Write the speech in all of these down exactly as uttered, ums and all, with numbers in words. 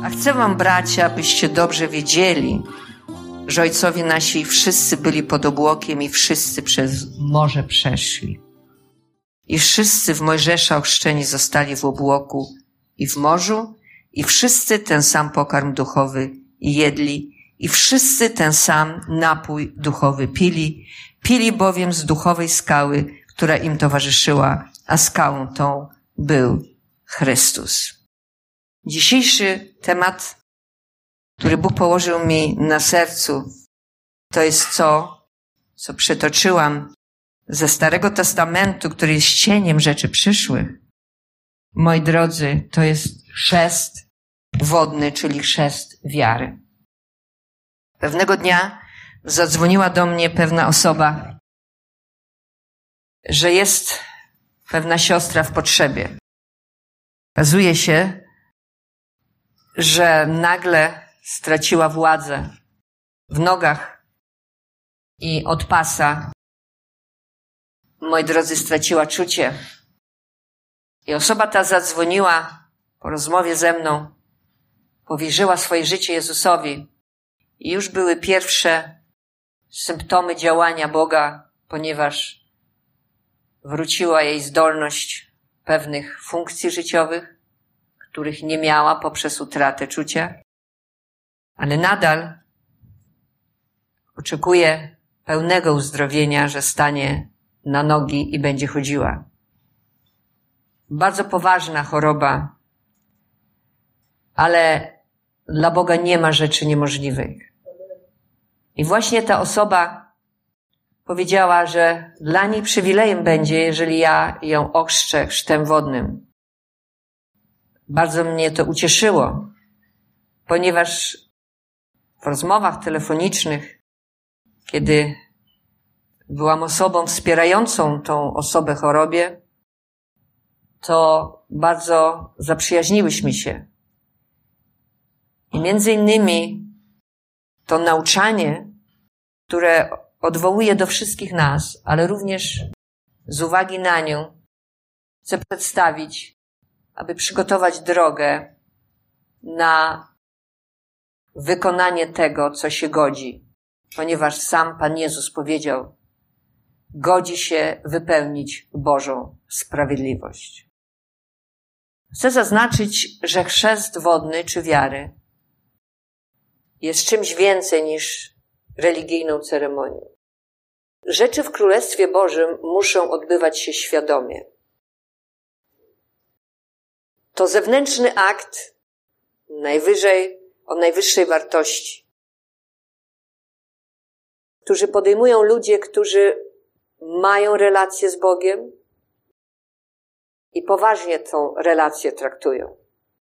A chcę wam, bracia, abyście dobrze wiedzieli, że ojcowie nasi wszyscy byli pod obłokiem i wszyscy przez morze przeszli. I wszyscy w Mojżesza ochrzczeni zostali w obłoku i w morzu, i wszyscy ten sam pokarm duchowy jedli, i wszyscy ten sam napój duchowy pili, pili bowiem z duchowej skały, która im towarzyszyła, a skałą tą był Chrystus. Dzisiejszy temat, który Bóg położył mi na sercu, to jest to, co przytoczyłam ze Starego Testamentu, który jest cieniem rzeczy przyszłych. Moi drodzy, to jest chrzest wodny, czyli chrzest wiary. Pewnego dnia zadzwoniła do mnie pewna osoba, że jest pewna siostra w potrzebie. Okazuje się, że nagle straciła władzę w nogach i od pasa, moi drodzy, straciła czucie. I osoba ta zadzwoniła po rozmowie ze mną, powierzyła swoje życie Jezusowi i już były pierwsze symptomy działania Boga, ponieważ wróciła jej zdolność pewnych funkcji życiowych, których nie miała poprzez utratę czucia, ale nadal oczekuje pełnego uzdrowienia, że stanie na nogi i będzie chodziła. Bardzo poważna choroba, ale dla Boga nie ma rzeczy niemożliwych. I właśnie ta osoba powiedziała, że dla niej przywilejem będzie, jeżeli ja ją ochrzczę chrztem wodnym. Bardzo mnie to ucieszyło, ponieważ w rozmowach telefonicznych, kiedy byłam osobą wspierającą tą osobę w chorobie, to bardzo zaprzyjaźniłyśmy się. I między innymi to nauczanie, które odwołuje do wszystkich nas, ale również z uwagi na nią chcę przedstawić, aby przygotować drogę na wykonanie tego, co się godzi. Ponieważ sam Pan Jezus powiedział, godzi się wypełnić Bożą sprawiedliwość. Chcę zaznaczyć, że chrzest wodny czy wiary jest czymś więcej niż religijną ceremonią. Rzeczy w Królestwie Bożym muszą odbywać się świadomie. To zewnętrzny akt najwyżej, o najwyższej wartości, którzy podejmują ludzie, którzy mają relację z Bogiem i poważnie tą relację traktują.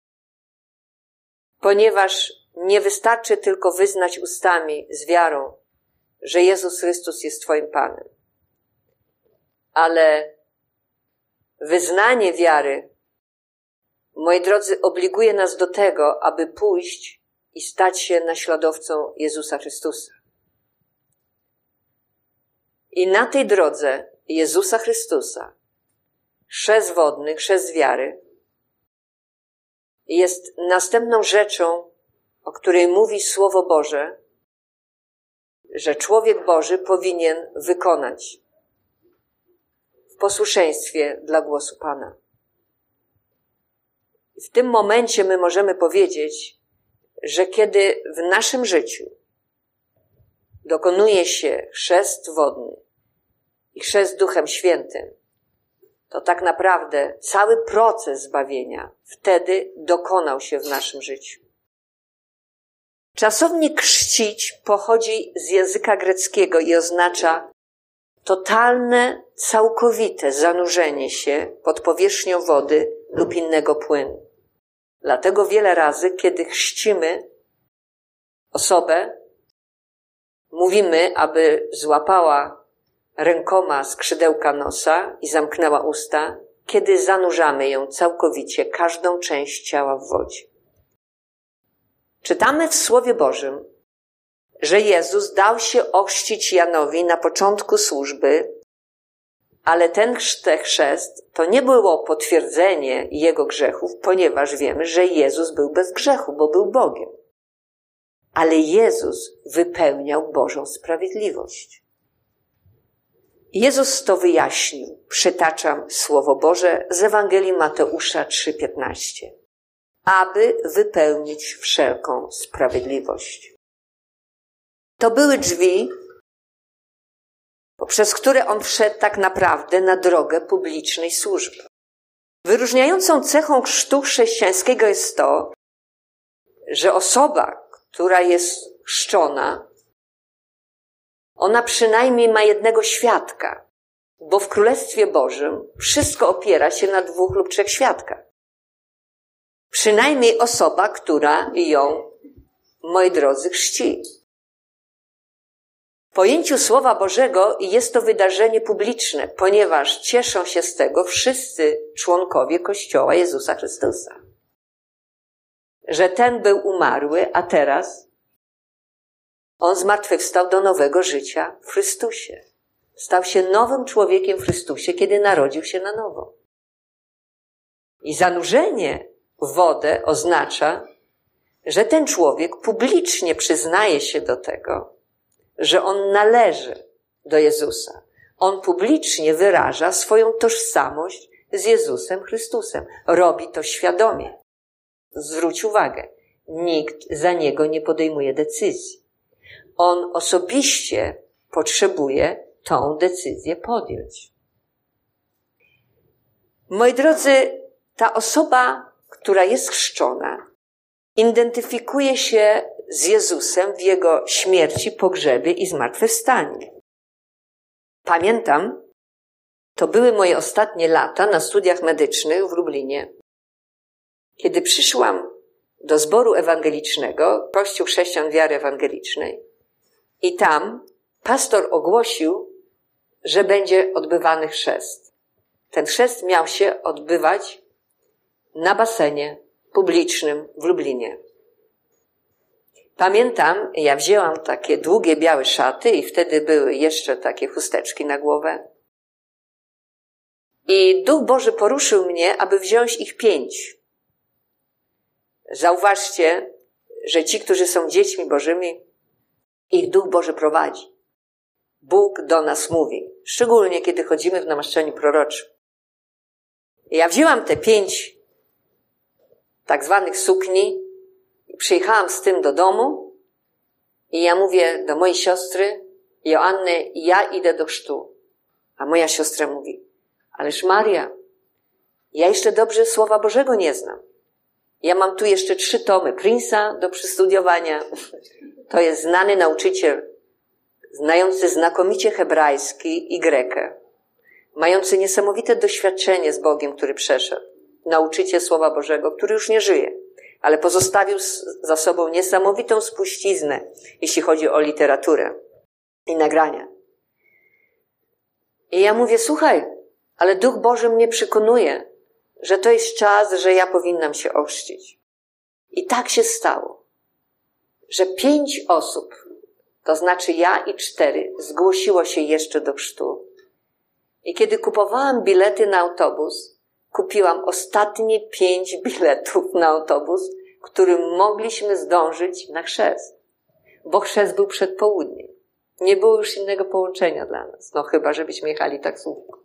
Ponieważ nie wystarczy tylko wyznać ustami z wiarą, że Jezus Chrystus jest Twoim Panem. Ale wyznanie wiary, moi drodzy, obliguje nas do tego, aby pójść i stać się naśladowcą Jezusa Chrystusa. I na tej drodze Jezusa Chrystusa, chrzest wodny, chrzest wiary, jest następną rzeczą, o której mówi Słowo Boże, że człowiek Boży powinien wykonać w posłuszeństwie dla głosu Pana. W tym momencie my możemy powiedzieć, że kiedy w naszym życiu dokonuje się chrzest wodny i chrzest Duchem Świętym, to tak naprawdę cały proces zbawienia wtedy dokonał się w naszym życiu. Czasownik chrzcić pochodzi z języka greckiego i oznacza totalne, całkowite zanurzenie się pod powierzchnią wody lub innego płynu. Dlatego wiele razy, kiedy chrzcimy osobę, mówimy, aby złapała rękoma skrzydełka nosa i zamknęła usta, kiedy zanurzamy ją całkowicie, każdą część ciała w wodzie. Czytamy w Słowie Bożym, że Jezus dał się ochrzcić Janowi na początku służby Ale ten chrzest to nie było potwierdzenie jego grzechów, ponieważ wiemy, że Jezus był bez grzechu, bo był Bogiem. Ale Jezus wypełniał Bożą sprawiedliwość. Jezus to wyjaśnił. Przytaczam Słowo Boże z Ewangelii Mateusza trzy piętnaście. Aby wypełnić wszelką sprawiedliwość. To były drzwi, poprzez które on wszedł tak naprawdę na drogę publicznej służby. Wyróżniającą cechą chrztu chrześcijańskiego jest to, że osoba, która jest chrzczona, ona przynajmniej ma jednego świadka, bo w Królestwie Bożym wszystko opiera się na dwóch lub trzech świadkach. Przynajmniej osoba, która ją, moi drodzy, chrzci. W pojęciu Słowa Bożego jest to wydarzenie publiczne, ponieważ cieszą się z tego wszyscy członkowie Kościoła Jezusa Chrystusa. Że ten był umarły, a teraz on zmartwychwstał do nowego życia w Chrystusie. Stał się nowym człowiekiem w Chrystusie, kiedy narodził się na nowo. I zanurzenie w wodę oznacza, że ten człowiek publicznie przyznaje się do tego, że on należy do Jezusa. On publicznie wyraża swoją tożsamość z Jezusem Chrystusem. Robi to świadomie. Zwróć uwagę, nikt za niego nie podejmuje decyzji. On osobiście potrzebuje tą decyzję podjąć. Moi drodzy, ta osoba, która jest chrzczona, identyfikuje się z Jezusem w Jego śmierci, pogrzebie i zmartwychwstaniu. Pamiętam, to były moje ostatnie lata na studiach medycznych w Lublinie, kiedy przyszłam do zboru ewangelicznego, Kościół Chrześcijan Wiary Ewangelicznej, i tam pastor ogłosił, że będzie odbywany chrzest. Ten chrzest miał się odbywać na basenie publicznym w Lublinie. Pamiętam, ja wzięłam takie długie białe szaty i wtedy były jeszcze takie chusteczki na głowę. I Duch Boży poruszył mnie, aby wziąć ich pięć. Zauważcie, że ci, którzy są dziećmi Bożymi, ich Duch Boży prowadzi. Bóg do nas mówi, szczególnie kiedy chodzimy w namaszczeniu proroczym. Ja wzięłam te pięć tak zwanych sukni i przyjechałam z tym do domu i ja mówię do mojej siostry Joanny, ja idę do chrztu. A moja siostra mówi, ależ Maria, ja jeszcze dobrze Słowa Bożego nie znam. Ja mam tu jeszcze trzy tomy Prince'a do przystudiowania. To jest znany nauczyciel, znający znakomicie hebrajski i grekę, mający niesamowite doświadczenie z Bogiem, który przeszedł. Nauczyciel Słowa Bożego, który już nie żyje, ale pozostawił za sobą niesamowitą spuściznę, jeśli chodzi o literaturę i nagrania. I ja mówię, słuchaj, ale Duch Boży mnie przekonuje, że to jest czas, że ja powinnam się ochrzcić. I tak się stało, że pięć osób, to znaczy ja i cztery, zgłosiło się jeszcze do chrztu. I kiedy kupowałam bilety na autobus, kupiłam ostatnie pięć biletów na autobus, którym mogliśmy zdążyć na chrzest. Bo chrzest był przed południem. Nie było już innego połączenia dla nas. No chyba, żebyśmy jechali taksówką.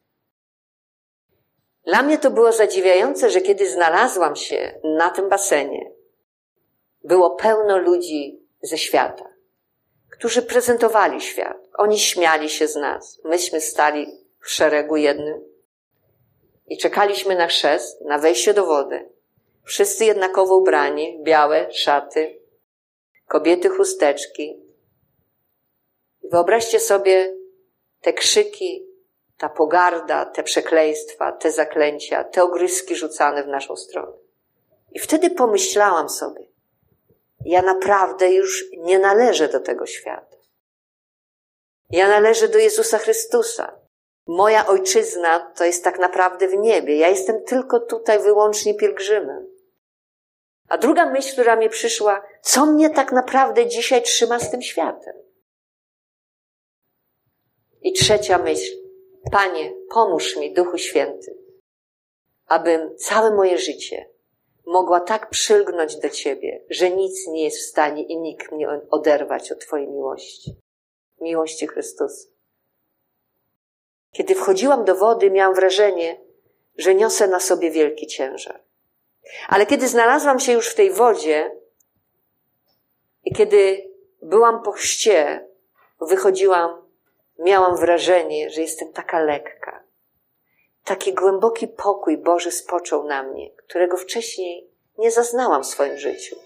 Dla mnie to było zadziwiające, że kiedy znalazłam się na tym basenie, było pełno ludzi ze świata, którzy prezentowali świat. Oni śmiali się z nas. Myśmy stali w szeregu jednym i czekaliśmy na chrzest, na wejście do wody. Wszyscy jednakowo ubrani, białe szaty, kobiety chusteczki. Wyobraźcie sobie te krzyki, ta pogarda, te przekleństwa, te zaklęcia, te ogryzki rzucane w naszą stronę. I wtedy pomyślałam sobie, ja naprawdę już nie należę do tego świata. Ja należę do Jezusa Chrystusa. Moja ojczyzna to jest tak naprawdę w niebie. Ja jestem tylko tutaj wyłącznie pielgrzymem. A druga myśl, która mi przyszła, co mnie tak naprawdę dzisiaj trzyma z tym światem? I trzecia myśl, Panie, pomóż mi, Duchu Święty, abym całe moje życie mogła tak przylgnąć do Ciebie, że nic nie jest w stanie i nikt mnie oderwać od Twojej miłości. Miłości Chrystusa. Kiedy wchodziłam do wody, miałam wrażenie, że niosę na sobie wielki ciężar. Ale kiedy znalazłam się już w tej wodzie i kiedy byłam po chrzcie, wychodziłam, miałam wrażenie, że jestem taka lekka. Taki głęboki pokój Boży spoczął na mnie, którego wcześniej nie zaznałam w swoim życiu.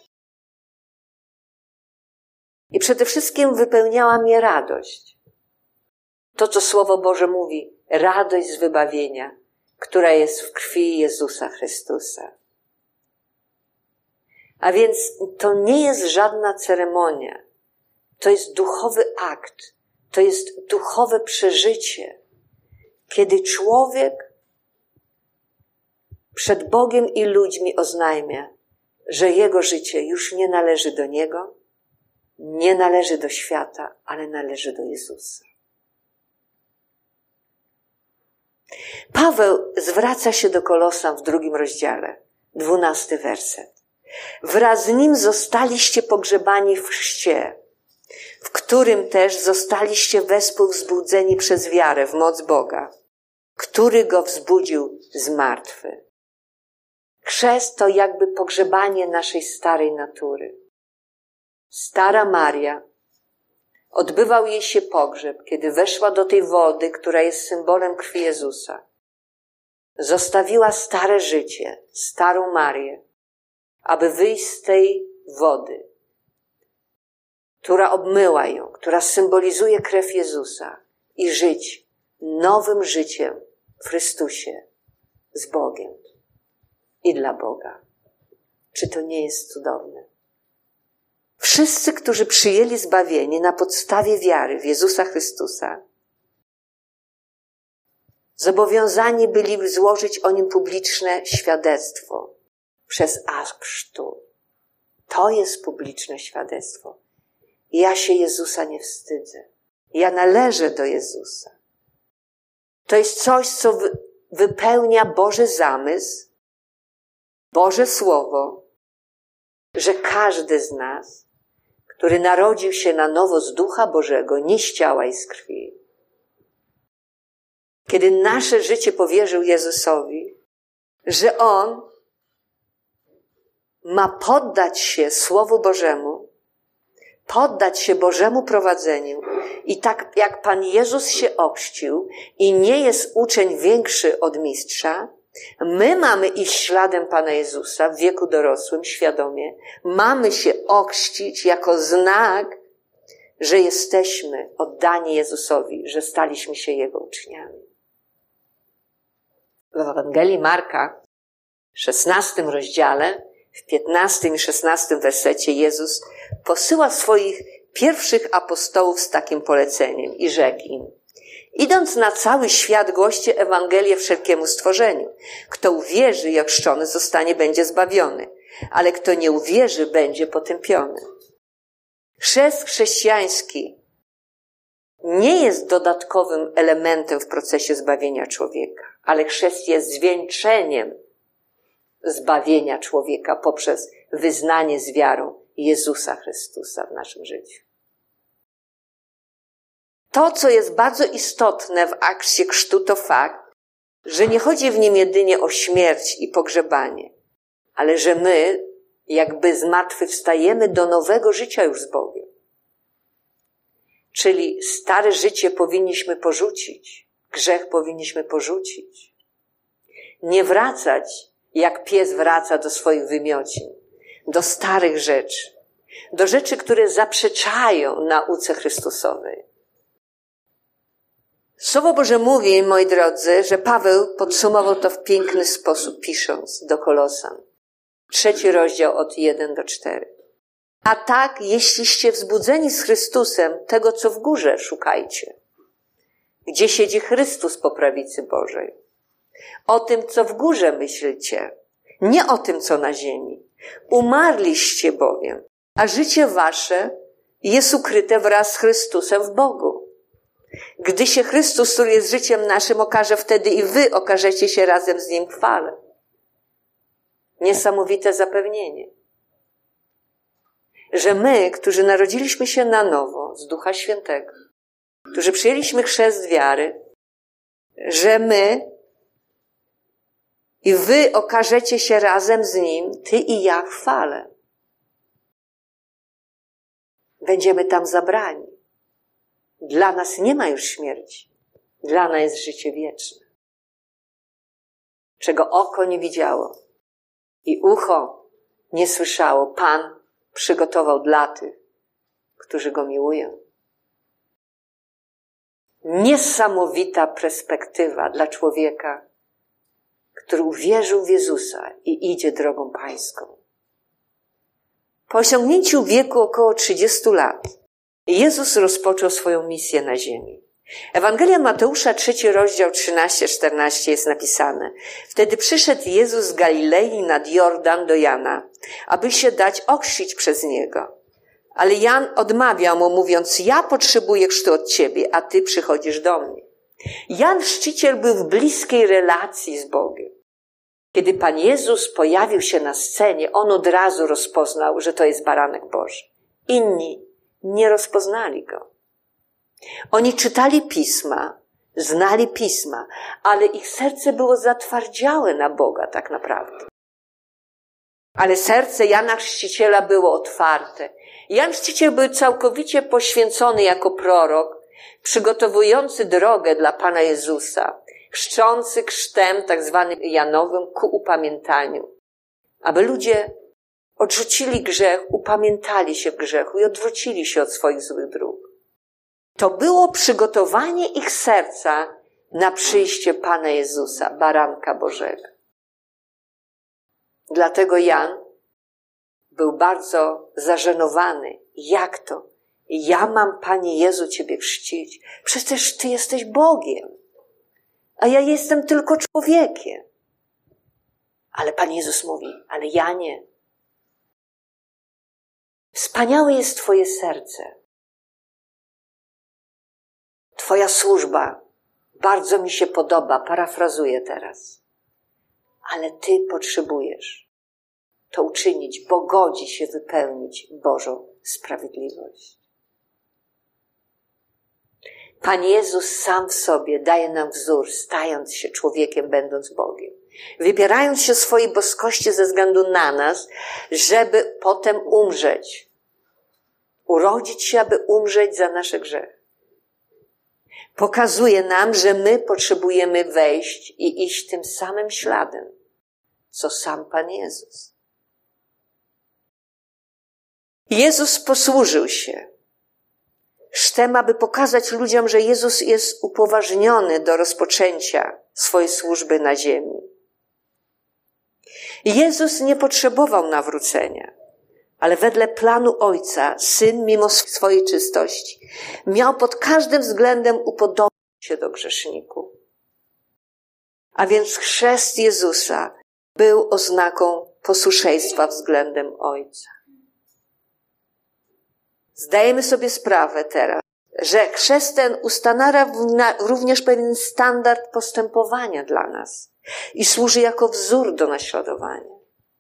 I przede wszystkim wypełniała mnie radość. To, co Słowo Boże mówi, radość z wybawienia, która jest w krwi Jezusa Chrystusa. A więc to nie jest żadna ceremonia. To jest duchowy akt. To jest duchowe przeżycie. Kiedy człowiek przed Bogiem i ludźmi oznajmia, że jego życie już nie należy do niego, nie należy do świata, ale należy do Jezusa. Paweł zwraca się do Kolosan w drugim rozdziale, dwunasty werset. Wraz z nim zostaliście pogrzebani w chrzcie, w którym też zostaliście wespół wzbudzeni przez wiarę w moc Boga, który go wzbudził z martwych. Chrzest to jakby pogrzebanie naszej starej natury. Stara Maria, odbywał jej się pogrzeb, kiedy weszła do tej wody, która jest symbolem krwi Jezusa. Zostawiła stare życie, starą Marię, aby wyjść z tej wody, która obmyła ją, która symbolizuje krew Jezusa i żyć nowym życiem w Chrystusie z Bogiem i dla Boga. Czy to nie jest cudowne? Wszyscy, którzy przyjęli zbawienie na podstawie wiary w Jezusa Chrystusa, zobowiązani byli złożyć o nim publiczne świadectwo przez akt chrztu. To jest publiczne świadectwo. Ja się Jezusa nie wstydzę. Ja należę do Jezusa. To jest coś, co wypełnia Boży zamysł, Boże Słowo, że każdy z nas, który narodził się na nowo z Ducha Bożego, nie z ciała i z krwi, kiedy nasze życie powierzył Jezusowi, że On ma poddać się Słowu Bożemu, poddać się Bożemu prowadzeniu i tak jak Pan Jezus się ochrzcił i nie jest uczeń większy od mistrza, my mamy iść śladem Pana Jezusa w wieku dorosłym, świadomie. Mamy się ochrzcić jako znak, że jesteśmy oddani Jezusowi, że staliśmy się Jego uczniami. W Ewangelii Marka, w szesnastym rozdziale, w piętnastym i szesnastym wersecie Jezus posyła swoich pierwszych apostołów z takim poleceniem i rzekł im: idąc na cały świat, głoście Ewangelię wszelkiemu stworzeniu. Kto uwierzy i ochrzczony zostanie, będzie zbawiony, ale kto nie uwierzy, będzie potępiony. Chrzest chrześcijański nie jest dodatkowym elementem w procesie zbawienia człowieka, ale chrzest jest zwieńczeniem zbawienia człowieka poprzez wyznanie z wiarą Jezusa Chrystusa w naszym życiu. To, co jest bardzo istotne w akcie chrztu, to fakt, że nie chodzi w nim jedynie o śmierć i pogrzebanie, ale że my jakby zmartwychwstajemy do nowego życia już z Bogiem. Czyli stare życie powinniśmy porzucić, grzech powinniśmy porzucić. Nie wracać, jak pies wraca do swoich wymiocin, do starych rzeczy, do rzeczy, które zaprzeczają nauce Chrystusowej. Słowo Boże mówi, moi drodzy, że Paweł podsumował to w piękny sposób, pisząc do Kolosan. Trzeci rozdział od jeden do cztery. A tak, jeśliście wzbudzeni z Chrystusem, tego, co w górze, szukajcie. Gdzie siedzi Chrystus po prawicy Bożej. O tym, co w górze myślicie, nie o tym, co na ziemi. Umarliście bowiem, a życie wasze jest ukryte wraz z Chrystusem w Bogu. Gdy się Chrystus, który jest życiem naszym, okaże, wtedy i wy okażecie się razem z Nim w chwale. Niesamowite zapewnienie. Że my, którzy narodziliśmy się na nowo z Ducha Świętego, którzy przyjęliśmy chrzest wiary, że my i wy okażecie się razem z Nim, ty i ja w chwale. Będziemy tam zabrani. Dla nas nie ma już śmierci. Dla nas jest życie wieczne. Czego oko nie widziało i ucho nie słyszało, Pan przygotował dla tych, którzy Go miłują. Niesamowita perspektywa dla człowieka, który uwierzył w Jezusa i idzie drogą pańską. Po osiągnięciu wieku około trzydziestu lat Jezus rozpoczął swoją misję na ziemi. Ewangelia Mateusza, trzeci rozdział, trzynaście czternaście jest napisane. Wtedy przyszedł Jezus z Galilei nad Jordan do Jana, aby się dać ochrzcić przez Niego. Ale Jan odmawiał mu, mówiąc, ja potrzebuję chrztu od Ciebie, a Ty przychodzisz do mnie. Jan Chrzciciel był w bliskiej relacji z Bogiem. Kiedy Pan Jezus pojawił się na scenie, on od razu rozpoznał, że to jest baranek Boży. Inni nie rozpoznali Go. Oni czytali Pisma, znali Pisma, ale ich serce było zatwardziałe na Boga tak naprawdę. Ale serce Jana Chrzciciela było otwarte. Jan Chrzciciel był całkowicie poświęcony jako prorok, przygotowujący drogę dla Pana Jezusa, chrzczący chrztem tak zwanym Janowym ku upamiętaniu, aby ludzie odrzucili grzech, upamiętali się w grzechu i odwrócili się od swoich złych dróg. To było przygotowanie ich serca na przyjście Pana Jezusa, baranka Bożego. Dlatego Jan był bardzo zażenowany. Jak to? Ja mam, Panie Jezu, Ciebie chrzcić? Przecież Ty jesteś Bogiem, a ja jestem tylko człowiekiem. Ale Pan Jezus mówi, ale ja nie. Wspaniałe jest Twoje serce. Twoja służba bardzo mi się podoba, parafrazuję teraz. Ale Ty potrzebujesz to uczynić, bo godzi się wypełnić Bożą sprawiedliwość. Pan Jezus sam w sobie daje nam wzór, stając się człowiekiem, będąc Bogiem. Wybierając się swojej boskości ze względu na nas, żeby potem umrzeć. Urodzić się, aby umrzeć za nasze grzechy. Pokazuje nam, że my potrzebujemy wejść i iść tym samym śladem, co sam Pan Jezus. Jezus posłużył się chrztem, aby pokazać ludziom, że Jezus jest upoważniony do rozpoczęcia swojej służby na ziemi. Jezus nie potrzebował nawrócenia, ale wedle planu Ojca, Syn, mimo swojej czystości, miał pod każdym względem upodobnić się do grzeszników. A więc chrzest Jezusa był oznaką posłuszeństwa względem Ojca. Zdajemy sobie sprawę teraz, że chrzest ten ustanawia również pewien standard postępowania dla nas i służy jako wzór do naśladowania.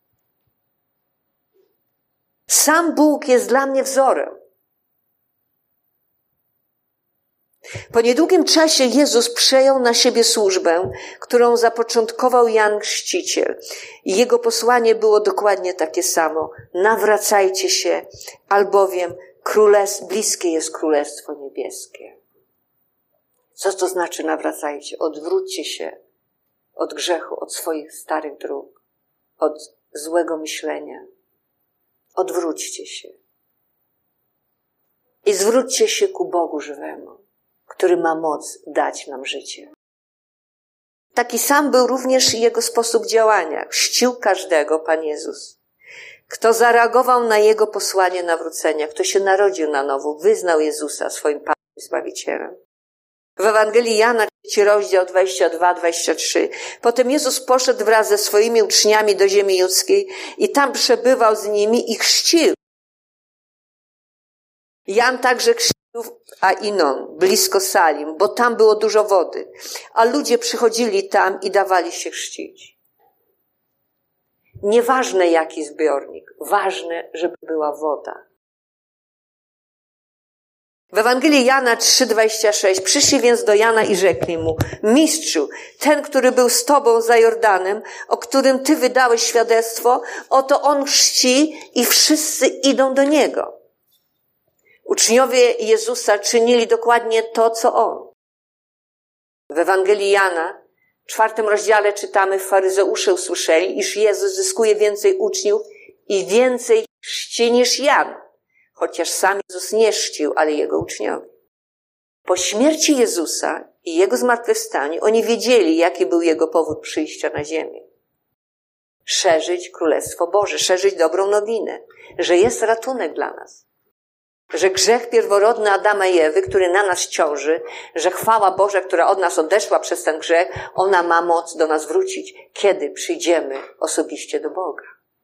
Sam Bóg jest dla mnie wzorem. Po niedługim czasie Jezus przejął na siebie służbę, którą zapoczątkował Jan Chrzciciel. I jego posłanie było dokładnie takie samo. Nawracajcie się, albowiem królestw, bliskie jest Królestwo Niebieskie. Co to znaczy nawracajcie? Odwróćcie się od grzechu, od swoich starych dróg, od złego myślenia. Odwróćcie się. I zwróćcie się ku Bogu żywemu, który ma moc dać nam życie. Taki sam był również jego sposób działania. Chrzcił każdego Pan Jezus. Kto zareagował na Jego posłanie nawrócenia, kto się narodził na nowo, wyznał Jezusa swoim Panem i Zbawicielem. W Ewangelii Jana, trzeci rozdział, dwadzieścia dwa dwadzieścia trzy. Potem Jezus poszedł wraz ze swoimi uczniami do ziemi judzkiej i tam przebywał z nimi i chrzcił. Jan także chrzcił a Inon, blisko Salim, bo tam było dużo wody, a ludzie przychodzili tam i dawali się chrzcić. Nieważne jaki zbiornik, ważne, żeby była woda. W Ewangelii Jana trzy dwadzieścia sześć przyszli więc do Jana i rzekli mu: Mistrzu, ten, który był z tobą za Jordanem, o którym ty wydałeś świadectwo, oto on chrzci i wszyscy idą do niego. Uczniowie Jezusa czynili dokładnie to, co on. W Ewangelii Jana w czwartym rozdziale czytamy: faryzeusze usłyszeli, iż Jezus zyskuje więcej uczniów i więcej chrzci niż Jan. Chociaż sam Jezus nie chrzcił, ale jego uczniowie. Po śmierci Jezusa i jego zmartwychwstaniu oni wiedzieli, jaki był jego powód przyjścia na ziemię. Szerzyć Królestwo Boże, szerzyć dobrą nowinę, że jest ratunek dla nas. Że grzech pierworodny Adama i Ewy, który na nas ciąży, że chwała Boża, która od nas odeszła przez ten grzech, ona ma moc do nas wrócić, kiedy przyjdziemy osobiście do Boga.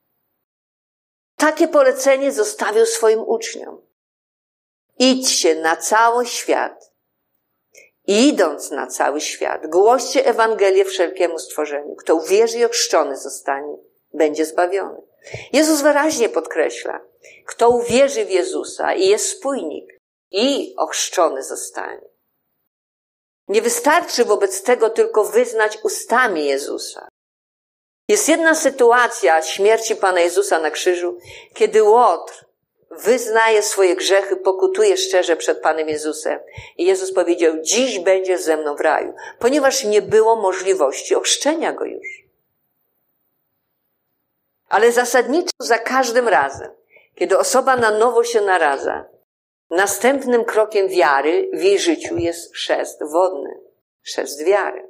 Takie polecenie zostawił swoim uczniom. Idźcie na cały świat. I idąc na cały świat, głoście Ewangelię wszelkiemu stworzeniu. Kto uwierzy i ochrzczony zostanie, będzie zbawiony. Jezus wyraźnie podkreśla, kto uwierzy w Jezusa i jest spójnik i ochrzczony zostanie. Nie wystarczy wobec tego tylko wyznać ustami Jezusa. Jest jedna sytuacja śmierci Pana Jezusa na krzyżu, kiedy Łotr wyznaje swoje grzechy, pokutuje szczerze przed Panem Jezusem. I Jezus powiedział: dziś będziesz ze mną w raju, ponieważ nie było możliwości ochrzczenia go już. Ale zasadniczo za każdym razem, kiedy osoba na nowo się naradza, następnym krokiem wiary w jej życiu jest chrzest wodny, chrzest wiary.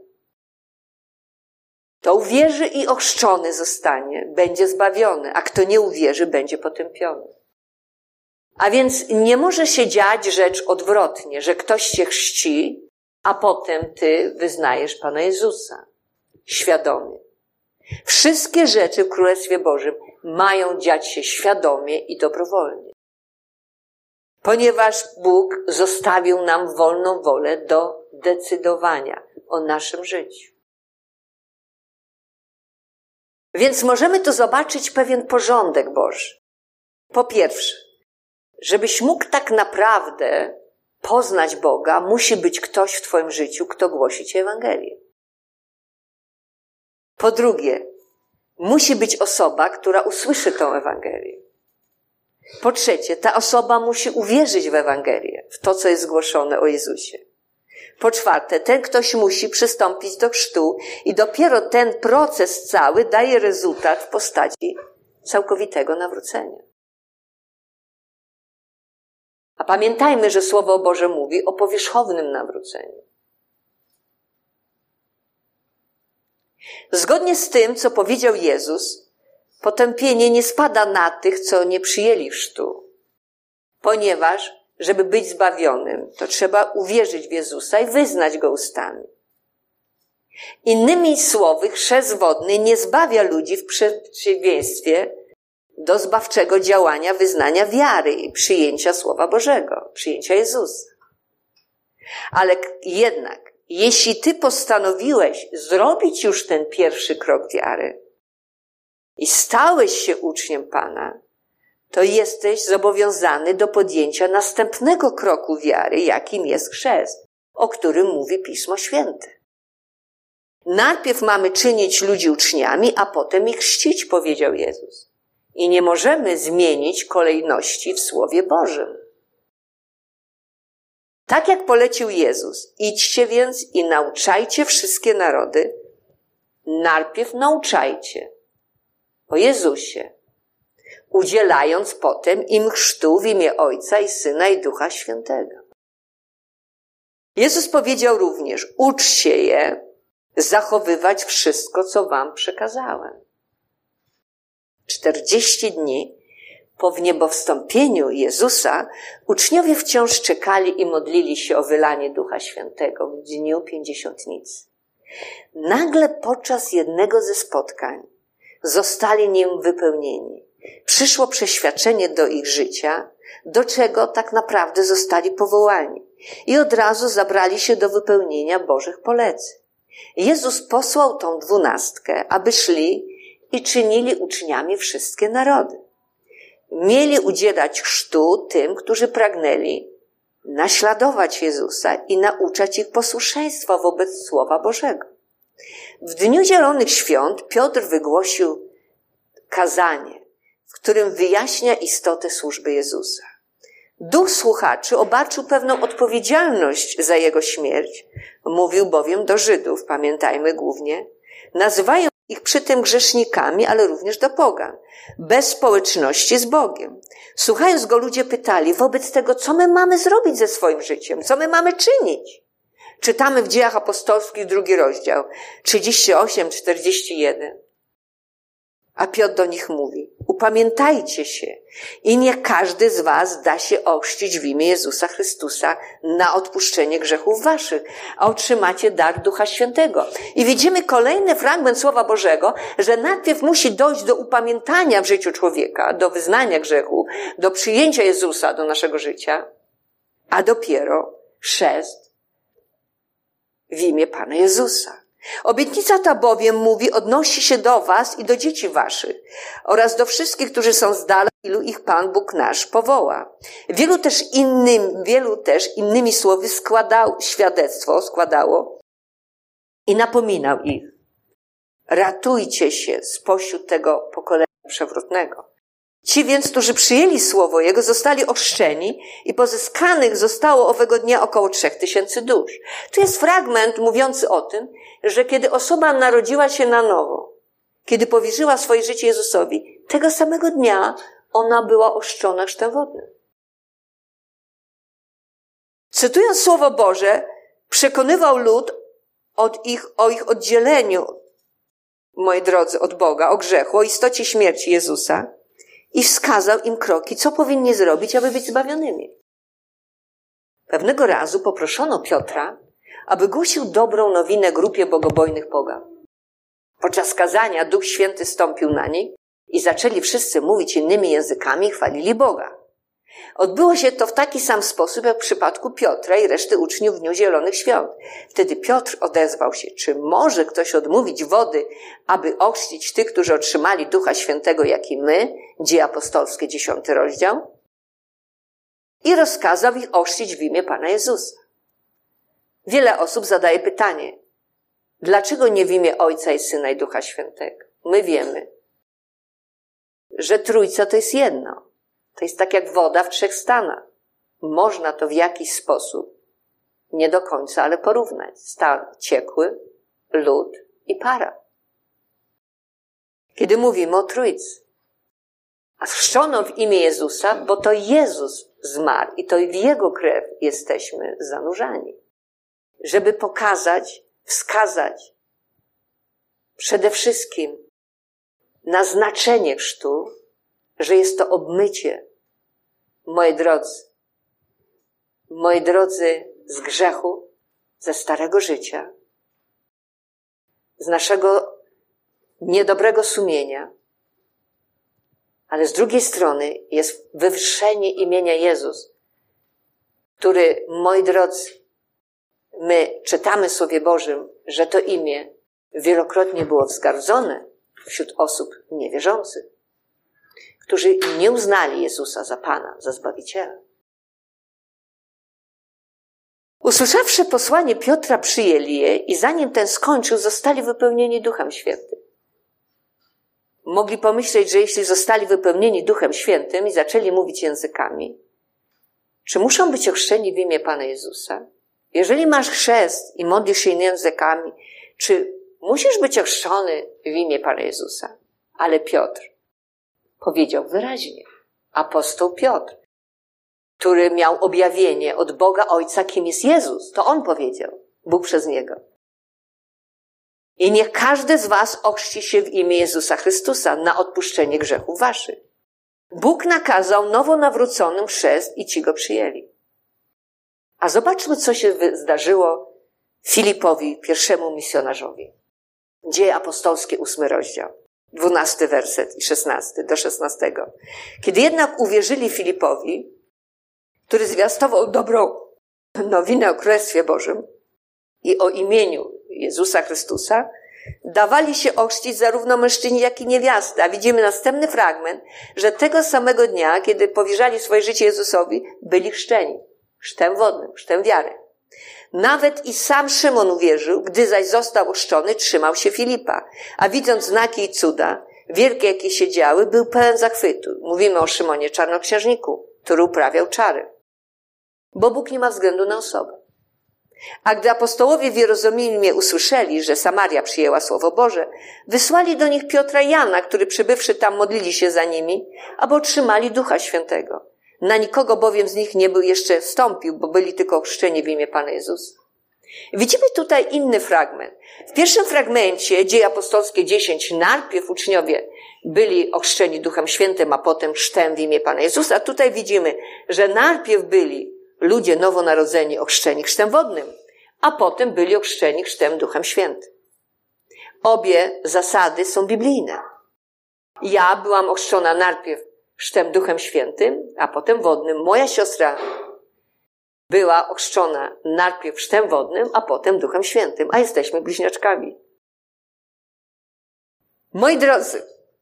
Kto uwierzy i ochrzczony zostanie, będzie zbawiony, a kto nie uwierzy, będzie potępiony. A więc nie może się dziać rzecz odwrotnie, że ktoś cię chrzci, a potem ty wyznajesz Pana Jezusa świadomie. Wszystkie rzeczy w Królestwie Bożym mają dziać się świadomie i dobrowolnie. Ponieważ Bóg zostawił nam wolną wolę do decydowania o naszym życiu. Więc możemy tu zobaczyć pewien porządek Boży. Po pierwsze, żebyś mógł tak naprawdę poznać Boga, musi być ktoś w twoim życiu, kto głosi ci Ewangelię. Po drugie, musi być osoba, która usłyszy tę Ewangelię. Po trzecie, ta osoba musi uwierzyć w Ewangelię, w to, co jest głoszone o Jezusie. Po czwarte, ten ktoś musi przystąpić do chrztu i dopiero ten proces cały daje rezultat w postaci całkowitego nawrócenia. A pamiętajmy, że Słowo Boże mówi o powierzchownym nawróceniu. Zgodnie z tym, co powiedział Jezus, potępienie nie spada na tych, co nie przyjęli chrztu, ponieważ, żeby być zbawionym, to trzeba uwierzyć w Jezusa i wyznać Go ustami. Innymi słowy, chrzest wodny nie zbawia ludzi w przeciwieństwie do zbawczego działania wyznania wiary i przyjęcia Słowa Bożego, przyjęcia Jezusa. Ale jednak, jeśli ty postanowiłeś zrobić już ten pierwszy krok wiary i stałeś się uczniem Pana, to jesteś zobowiązany do podjęcia następnego kroku wiary, jakim jest chrzest, o którym mówi Pismo Święte. Najpierw mamy czynić ludzi uczniami, a potem ich chrzcić, powiedział Jezus. I nie możemy zmienić kolejności w Słowie Bożym. Tak jak polecił Jezus, idźcie więc i nauczajcie wszystkie narody. Najpierw nauczajcie o Jezusie, udzielając potem im chrztu w imię Ojca i Syna i Ducha Świętego. Jezus powiedział również: uczcie je zachowywać wszystko, co wam przekazałem. Czterdzieści dni po wniebowstąpieniu Jezusa uczniowie wciąż czekali i modlili się o wylanie Ducha Świętego w dniu Pięćdziesiątnicy. Nagle podczas jednego ze spotkań zostali nim wypełnieni. Przyszło przeświadczenie do ich życia, do czego tak naprawdę zostali powołani. I od razu zabrali się do wypełnienia Bożych poleceń. Jezus posłał tą dwunastkę, aby szli i czynili uczniami wszystkie narody. Mieli udzielać chrztu tym, którzy pragnęli naśladować Jezusa i nauczać ich posłuszeństwa wobec Słowa Bożego. W Dniu Zielonych Świąt Piotr wygłosił kazanie, w którym wyjaśnia istotę służby Jezusa. Duch słuchaczy obarczył pewną odpowiedzialność za Jego śmierć. Mówił bowiem do Żydów, pamiętajmy głównie, nazywają ich przy tym grzesznikami, ale również do pogan, bez społeczności z Bogiem. Słuchając Go, ludzie pytali wobec tego, co my mamy zrobić ze swoim życiem, co my mamy czynić. Czytamy w Dziejach Apostolskich drugi rozdział, trzydzieści osiem czterdzieści jeden. A Piotr do nich mówi, upamiętajcie się i niech każdy z was da się ochrzcić w imię Jezusa Chrystusa na odpuszczenie grzechów waszych, a otrzymacie dar Ducha Świętego. I widzimy kolejny fragment Słowa Bożego, że najpierw musi dojść do upamiętania w życiu człowieka, do wyznania grzechu, do przyjęcia Jezusa do naszego życia, a dopiero chrzest w imię Pana Jezusa. Obietnica ta bowiem, mówi, odnosi się do was i do dzieci waszych oraz do wszystkich, którzy są z dala, ilu ich Pan Bóg nasz powoła. Wielu też innym, wielu też innymi słowy składał świadectwo, składało i napominał ich. Ratujcie się spośród tego pokolenia przewrotnego. Ci więc, którzy przyjęli słowo Jego, zostali ochrzczeni i pozyskanych zostało owego dnia około trzech tysięcy dusz. Tu jest fragment mówiący o tym, że kiedy osoba narodziła się na nowo, kiedy powierzyła swoje życie Jezusowi, tego samego dnia ona była ochrzczona chrztem wodnym. Cytując Słowo Boże, przekonywał lud od ich, o ich oddzieleniu, moi drodzy, od Boga, o grzechu, o istocie śmierci Jezusa, i wskazał im kroki, co powinni zrobić, aby być zbawionymi. Pewnego razu poproszono Piotra, aby głosił dobrą nowinę grupie bogobojnych pogan. Podczas kazania Duch Święty stąpił na nich i zaczęli wszyscy mówić innymi językami i chwalili Boga. Odbyło się to w taki sam sposób, jak w przypadku Piotra i reszty uczniów w Dniu Zielonych Świąt. Wtedy Piotr odezwał się, czy może ktoś odmówić wody, aby ochrzcić tych, którzy otrzymali Ducha Świętego, jak i my, Dzieje Apostolskie, dziesiąty rozdział? I rozkazał ich ochrzcić w imię Pana Jezusa. Wiele osób zadaje pytanie, dlaczego nie w imię Ojca i Syna i Ducha Świętego? My wiemy, że Trójca to jest jedno. To jest tak jak woda w trzech stanach. Można to w jakiś sposób, nie do końca, ale porównać. Stan ciekły, lód i para. Kiedy mówimy o Trójcy, a chrzczono w imię Jezusa, bo to Jezus zmarł i to w Jego krew jesteśmy zanurzani. Żeby pokazać, wskazać przede wszystkim na znaczenie chrztu, że jest to obmycie, moi drodzy, moi drodzy, z grzechu, ze starego życia, z naszego niedobrego sumienia, ale z drugiej strony jest wywyższenie imienia Jezus, który, moi drodzy, my czytamy w Słowie Bożym, że to imię wielokrotnie było wzgardzone wśród osób niewierzących, którzy nie uznali Jezusa za Pana, za Zbawiciela. Usłyszawszy posłanie Piotra, przyjęli je i zanim ten skończył, zostali wypełnieni Duchem Świętym. Mogli pomyśleć, że jeśli zostali wypełnieni Duchem Świętym i zaczęli mówić językami, czy muszą być ochrzczeni w imię Pana Jezusa? Jeżeli masz chrzest i modlisz się językami, czy musisz być ochrzczony w imię Pana Jezusa? Ale Piotr powiedział wyraźnie, apostoł Piotr, który miał objawienie od Boga Ojca, kim jest Jezus. To on powiedział, Bóg przez niego. I niech każdy z was ochrzci się w imię Jezusa Chrystusa na odpuszczenie grzechów waszych. Bóg nakazał nowo nawróconym chrzest i ci go przyjęli. A zobaczmy, co się zdarzyło Filipowi, pierwszemu misjonarzowi. Dzieje apostolskie, ósmy rozdział, dwunasty werset i szesnasty do szesnastego. Kiedy jednak uwierzyli Filipowi, który zwiastował dobrą nowinę o Królestwie Bożym i o imieniu Jezusa Chrystusa, dawali się ochrzcić zarówno mężczyźni, jak i niewiasty. A widzimy następny fragment, że tego samego dnia, kiedy powierzali swoje życie Jezusowi, byli chrzczeni. Chrztem wodnym, chrztem wiary. Nawet i sam Szymon uwierzył, gdy zaś został ochrzczony, trzymał się Filipa. A widząc znaki i cuda, wielkie jakie się działy, był pełen zachwytu. Mówimy o Szymonie Czarnoksiężniku, który uprawiał czary. Bo Bóg nie ma względu na osobę. A gdy apostołowie w Jerozolimie usłyszeli, że Samaria przyjęła Słowo Boże, wysłali do nich Piotra i Jana, którzy przybywszy tam modlili się za nimi, aby otrzymali Ducha Świętego. Na nikogo bowiem z nich nie był jeszcze wstąpił, bo byli tylko ochrzczeni w imię Pana Jezusa. Widzimy tutaj inny fragment. W pierwszym fragmencie Dzieje Apostolskie dziesięć, najpierw uczniowie byli ochrzczeni Duchem Świętym, a potem chrztem w imię Pana Jezusa. A tutaj widzimy, że najpierw byli ludzie nowonarodzeni ochrzczeni chrztem wodnym, a potem byli ochrzczeni chrztem Duchem Świętym. Obie zasady są biblijne. Ja byłam ochrzczona najpierw chrztem Duchem Świętym, a potem wodnym. Moja siostra była ochrzczona najpierw chrztem wodnym, a potem Duchem Świętym, a jesteśmy bliźniaczkami. Moi drodzy,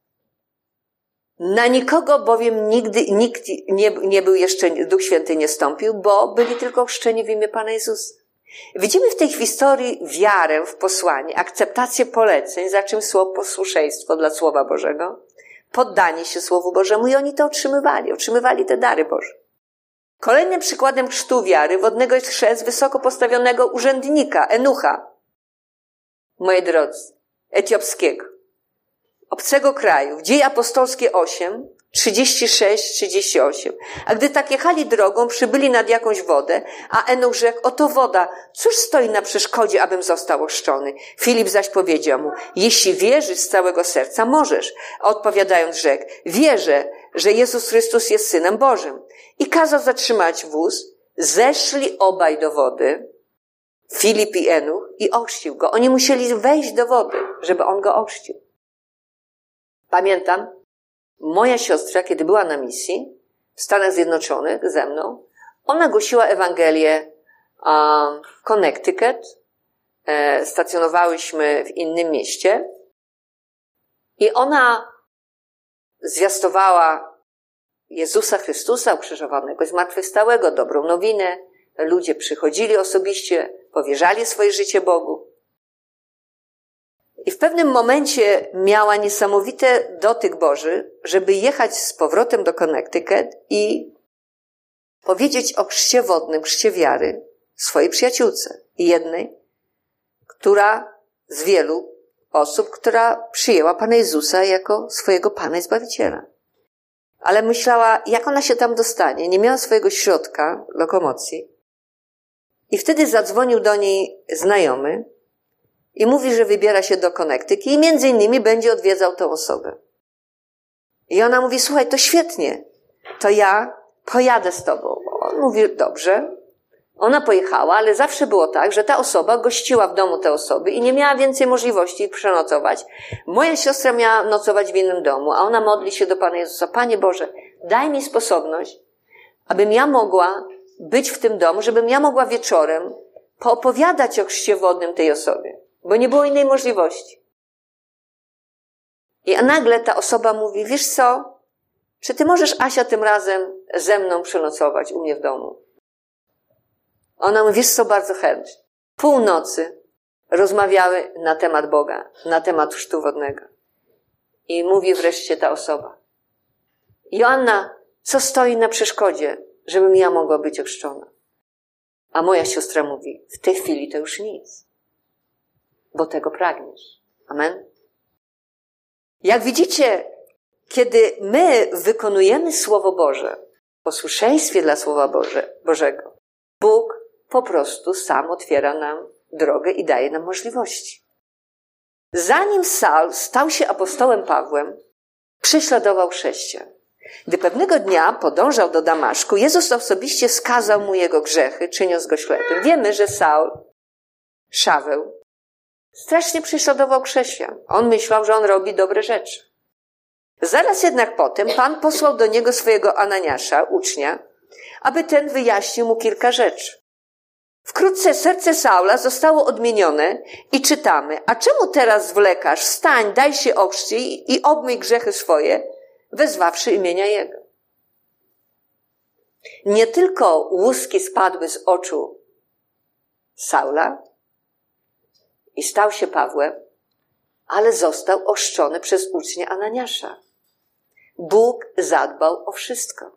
na nikogo bowiem nigdy nikt nie, nie był jeszcze, Duch Święty nie stąpił, bo byli tylko ochrzczeni w imię Pana Jezusa. Widzimy w tej historii wiarę w posłanie, akceptację poleceń, za czym słowo posłuszeństwo dla Słowa Bożego, poddanie się Słowu Bożemu i oni to otrzymywali, otrzymywali te dary Boże. Kolejnym przykładem chrztu wiary wodnego jest chrzest wysoko postawionego urzędnika, Enucha, moi drodzy, etiopskiego, obcego kraju. Dzieje apostolskie osiem, trzydzieści sześć, trzydzieści osiem. A gdy tak jechali drogą, przybyli nad jakąś wodę, a Enuch rzekł, oto woda, cóż stoi na przeszkodzie, abym został ochrzczony? Filip zaś powiedział mu, jeśli wierzysz z całego serca, możesz. A odpowiadając rzekł, wierzę, że Jezus Chrystus jest Synem Bożym. I kazał zatrzymać wóz, zeszli obaj do wody, Filip i Enuch, i ochrzcił go. Oni musieli wejść do wody, żeby on go ochrzcił. Pamiętam, moja siostra, kiedy była na misji w Stanach Zjednoczonych ze mną, ona głosiła Ewangelię um, w Connecticut. E, stacjonowałyśmy w innym mieście i ona zwiastowała Jezusa Chrystusa ukrzyżowanego, zmartwychwstałego, dobrą nowinę. Ludzie przychodzili osobiście, powierzali swoje życie Bogu. I w pewnym momencie miała niesamowity dotyk Boży, żeby jechać z powrotem do Connecticut i powiedzieć o chrzcie wodnym, chrzcie wiary swojej przyjaciółce. Jednej, która z wielu osób, która przyjęła Pana Jezusa jako swojego Pana i Zbawiciela. Ale myślała, jak ona się tam dostanie. Nie miała swojego środka lokomocji. I wtedy zadzwonił do niej znajomy, i mówi, że wybiera się do Connecticut i między innymi będzie odwiedzał tę osobę. I ona mówi, słuchaj, to świetnie, to ja pojadę z tobą. On mówi, dobrze. Ona pojechała, ale zawsze było tak, że ta osoba gościła w domu tej osoby i nie miała więcej możliwości przenocować. Moja siostra miała nocować w innym domu, a ona modli się do Pana Jezusa. Panie Boże, daj mi sposobność, abym ja mogła być w tym domu, żebym ja mogła wieczorem poopowiadać o chrzcie wodnym tej osobie. Bo nie było innej możliwości. I nagle ta osoba mówi, wiesz co, czy ty możesz, Asia, tym razem ze mną przenocować u mnie w domu? Ona mówi, wiesz co, bardzo chętnie. Północy rozmawiały na temat Boga, na temat chrztu wodnego. I mówi wreszcie ta osoba, Joanna, co stoi na przeszkodzie, żebym ja mogła być ochrzczona? A moja siostra mówi, w tej chwili to już nic. Bo tego pragniesz. Amen. Jak widzicie, kiedy my wykonujemy Słowo Boże, w posłuszeństwie dla Słowa Boże, Bożego, Bóg po prostu sam otwiera nam drogę i daje nam możliwości. Zanim Saul stał się apostołem Pawłem, prześladował chrześcijan. Gdy pewnego dnia podążał do Damaszku, Jezus osobiście skazał mu jego grzechy, czyniąc go ślepym. Wiemy, że Saul, Szaweł, strasznie prześladował chrześcijan. On myślał, że on robi dobre rzeczy. Zaraz jednak potem Pan posłał do niego swojego Ananiasza, ucznia, aby ten wyjaśnił mu kilka rzeczy. Wkrótce serce Saula zostało odmienione i czytamy: a czemu teraz zwlekasz? Wstań, daj się ochrzcić i obmyj grzechy swoje, wezwawszy imienia Jego. Nie tylko łuski spadły z oczu Saula i stał się Pawłem, ale został ochrzczony przez ucznia Ananiasza. Bóg zadbał o wszystko.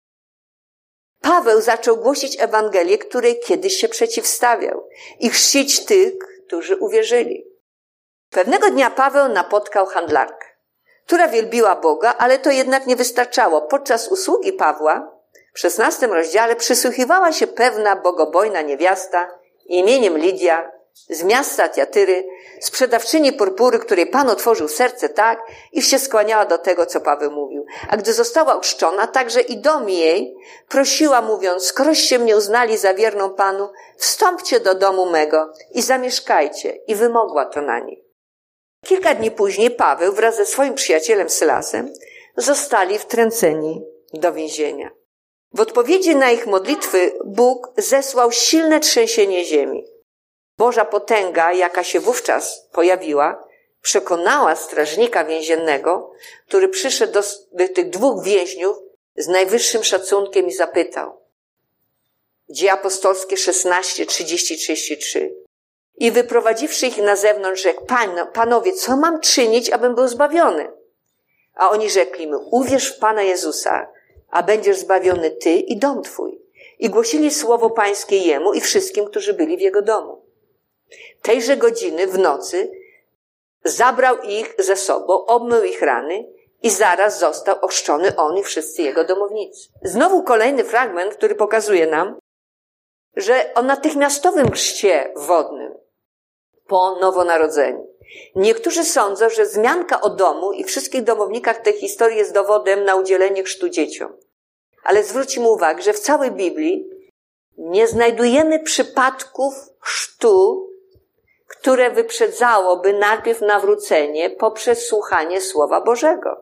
Paweł zaczął głosić Ewangelię, której kiedyś się przeciwstawiał, i chrzcić tych, którzy uwierzyli. Pewnego dnia Paweł napotkał handlarkę, która wielbiła Boga, ale to jednak nie wystarczało. Podczas usługi Pawła w szesnastym rozdziale przysłuchiwała się pewna bogobojna niewiasta imieniem Lidia z miasta Tiatyry, sprzedawczyni purpury, której Pan otworzył serce tak, iż się skłaniała do tego, co Paweł mówił. A gdy została ochrzczona, także i dom jej prosiła, mówiąc: skoroście mnie uznali za wierną Panu, wstąpcie do domu mego i zamieszkajcie. I wymogła to na nich. Kilka dni później Paweł wraz ze swoim przyjacielem Sylasem zostali wtrąceni do więzienia. W odpowiedzi na ich modlitwy Bóg zesłał silne trzęsienie ziemi. Boża potęga, jaka się wówczas pojawiła, przekonała strażnika więziennego, który przyszedł do, do tych dwóch więźniów z najwyższym szacunkiem i zapytał. Dzieje apostolskie szesnaście, trzydzieści, trzydzieści trzy. I wyprowadziwszy ich na zewnątrz, rzekł: Pan, panowie, co mam czynić, abym był zbawiony? A oni rzekli mu: uwierz w Pana Jezusa, a będziesz zbawiony ty i dom twój. I głosili słowo Pańskie jemu i wszystkim, którzy byli w jego domu. Tejże godziny w nocy zabrał ich ze sobą, obmył ich rany i zaraz został ochrzczony on i wszyscy jego domownicy. Znowu kolejny fragment, który pokazuje nam, że o natychmiastowym chrzcie wodnym po nowonarodzeniu. Niektórzy sądzą, że wzmianka o domu i wszystkich domownikach tej historii jest dowodem na udzielenie chrztu dzieciom. Ale zwróćmy uwagę, że w całej Biblii nie znajdujemy przypadków chrztu, które wyprzedzałoby najpierw nawrócenie poprzez słuchanie Słowa Bożego.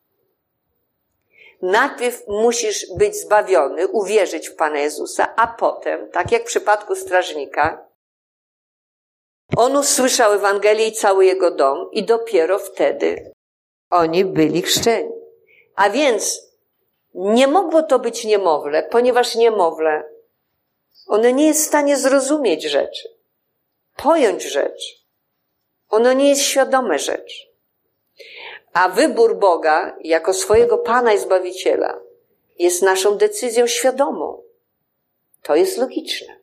Najpierw musisz być zbawiony, uwierzyć w Pana Jezusa, a potem, tak jak w przypadku strażnika, on usłyszał Ewangelię i cały jego dom i dopiero wtedy oni byli chrzczeni. A więc nie mogło to być niemowlę, ponieważ niemowlę, ono nie jest w stanie zrozumieć rzeczy, pojąć rzeczy. Ono nie jest świadome rzeczy. A wybór Boga jako swojego Pana i Zbawiciela jest naszą decyzją świadomą. To jest logiczne.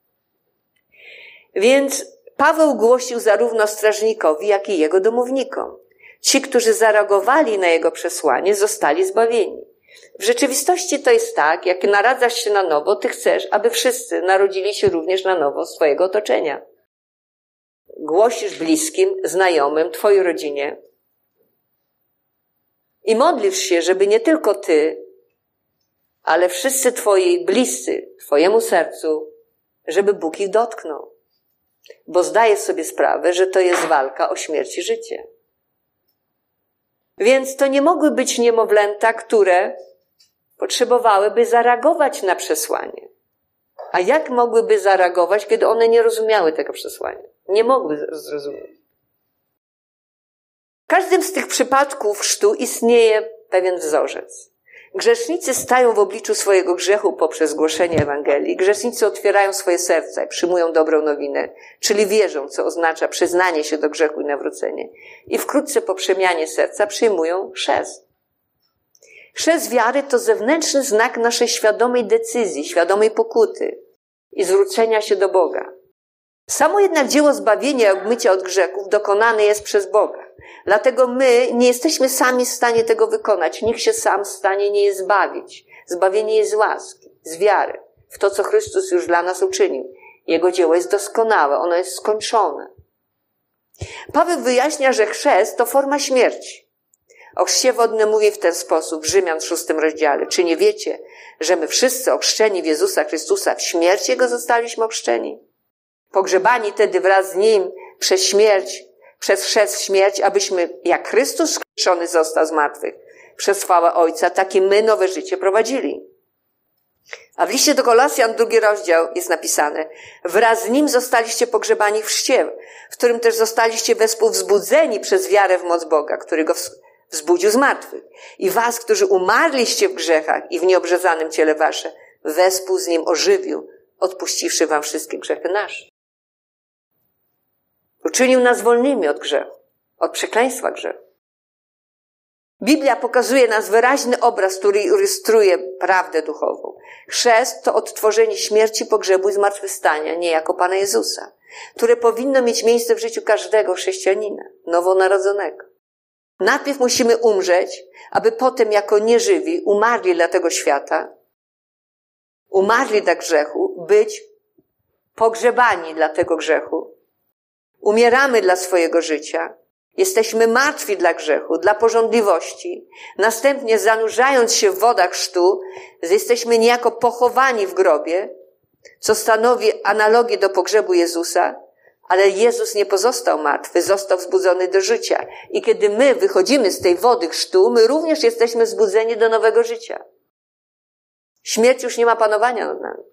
Więc Paweł głosił zarówno strażnikowi, jak i jego domownikom. Ci, którzy zareagowali na jego przesłanie, zostali zbawieni. W rzeczywistości to jest tak, jak naradzasz się na nowo, ty chcesz, aby wszyscy narodzili się również na nowo z twojego otoczenia. Głosisz bliskim, znajomym, twojej rodzinie i modlisz się, żeby nie tylko ty, ale wszyscy twoi bliscy, twojemu sercu, żeby Bóg ich dotknął. Bo zdaję sobie sprawę, że to jest walka o śmierć i życie. Więc to nie mogły być niemowlęta, które potrzebowałyby zareagować na przesłanie. A jak mogłyby zareagować, kiedy one nie rozumiały tego przesłania? Nie mogły zrozumieć. W każdym z tych przypadków chrztu istnieje pewien wzorzec. Grzesznicy stają w obliczu swojego grzechu poprzez głoszenie Ewangelii. Grzesznicy otwierają swoje serca i przyjmują dobrą nowinę, czyli wierzą, co oznacza przyznanie się do grzechu i nawrócenie. I wkrótce po przemianie serca przyjmują chrzest. Chrzest wiary to zewnętrzny znak naszej świadomej decyzji, świadomej pokuty i zwrócenia się do Boga. Samo jednak dzieło zbawienia i obmycia od grzechów dokonane jest przez Boga. Dlatego my nie jesteśmy sami w stanie tego wykonać. Nikt się sam w stanie nie jest zbawić. Zbawienie jest z łaski, z wiary, w to, co Chrystus już dla nas uczynił. Jego dzieło jest doskonałe, ono jest skończone. Paweł wyjaśnia, że chrzest to forma śmierci. O chrzcie wodnym mówi w ten sposób w Rzymian w szóstym rozdziale. Czy nie wiecie, że my wszyscy ochrzczeni w Jezusa Chrystusa w śmierć Jego zostaliśmy ochrzczeni? Pogrzebani tedy wraz z Nim przez śmierć, przez chrzest w śmierć, abyśmy, jak Chrystus skrzeszony został z martwych, przez chwałę Ojca, takie my nowe życie prowadzili. A w liście do Kolosjan, drugi rozdział, jest napisane: wraz z nim zostaliście pogrzebani w chrzcie, w którym też zostaliście wespół wzbudzeni przez wiarę w moc Boga, który go wzbudził z martwych. I was, którzy umarliście w grzechach i w nieobrzezanym ciele wasze, wespół z nim ożywił, odpuściwszy wam wszystkie grzechy nasze. Uczynił nas wolnymi od grzechu, od przekleństwa grzechu. Biblia pokazuje nas wyraźny obraz, który ilustruje prawdę duchową. Chrzest to odtworzenie śmierci, pogrzebu i zmartwychwstania, niejako Pana Jezusa, które powinno mieć miejsce w życiu każdego chrześcijanina, nowonarodzonego. Najpierw musimy umrzeć, aby potem jako nieżywi umarli dla tego świata, umarli dla grzechu, być pogrzebani dla tego grzechu. Umieramy dla swojego życia. Jesteśmy martwi dla grzechu, dla pożądliwości. Następnie, zanurzając się w wodach chrztu, jesteśmy niejako pochowani w grobie, co stanowi analogię do pogrzebu Jezusa, ale Jezus nie pozostał martwy, został wzbudzony do życia. I kiedy my wychodzimy z tej wody chrztu, my również jesteśmy wzbudzeni do nowego życia. Śmierć już nie ma panowania nad nami.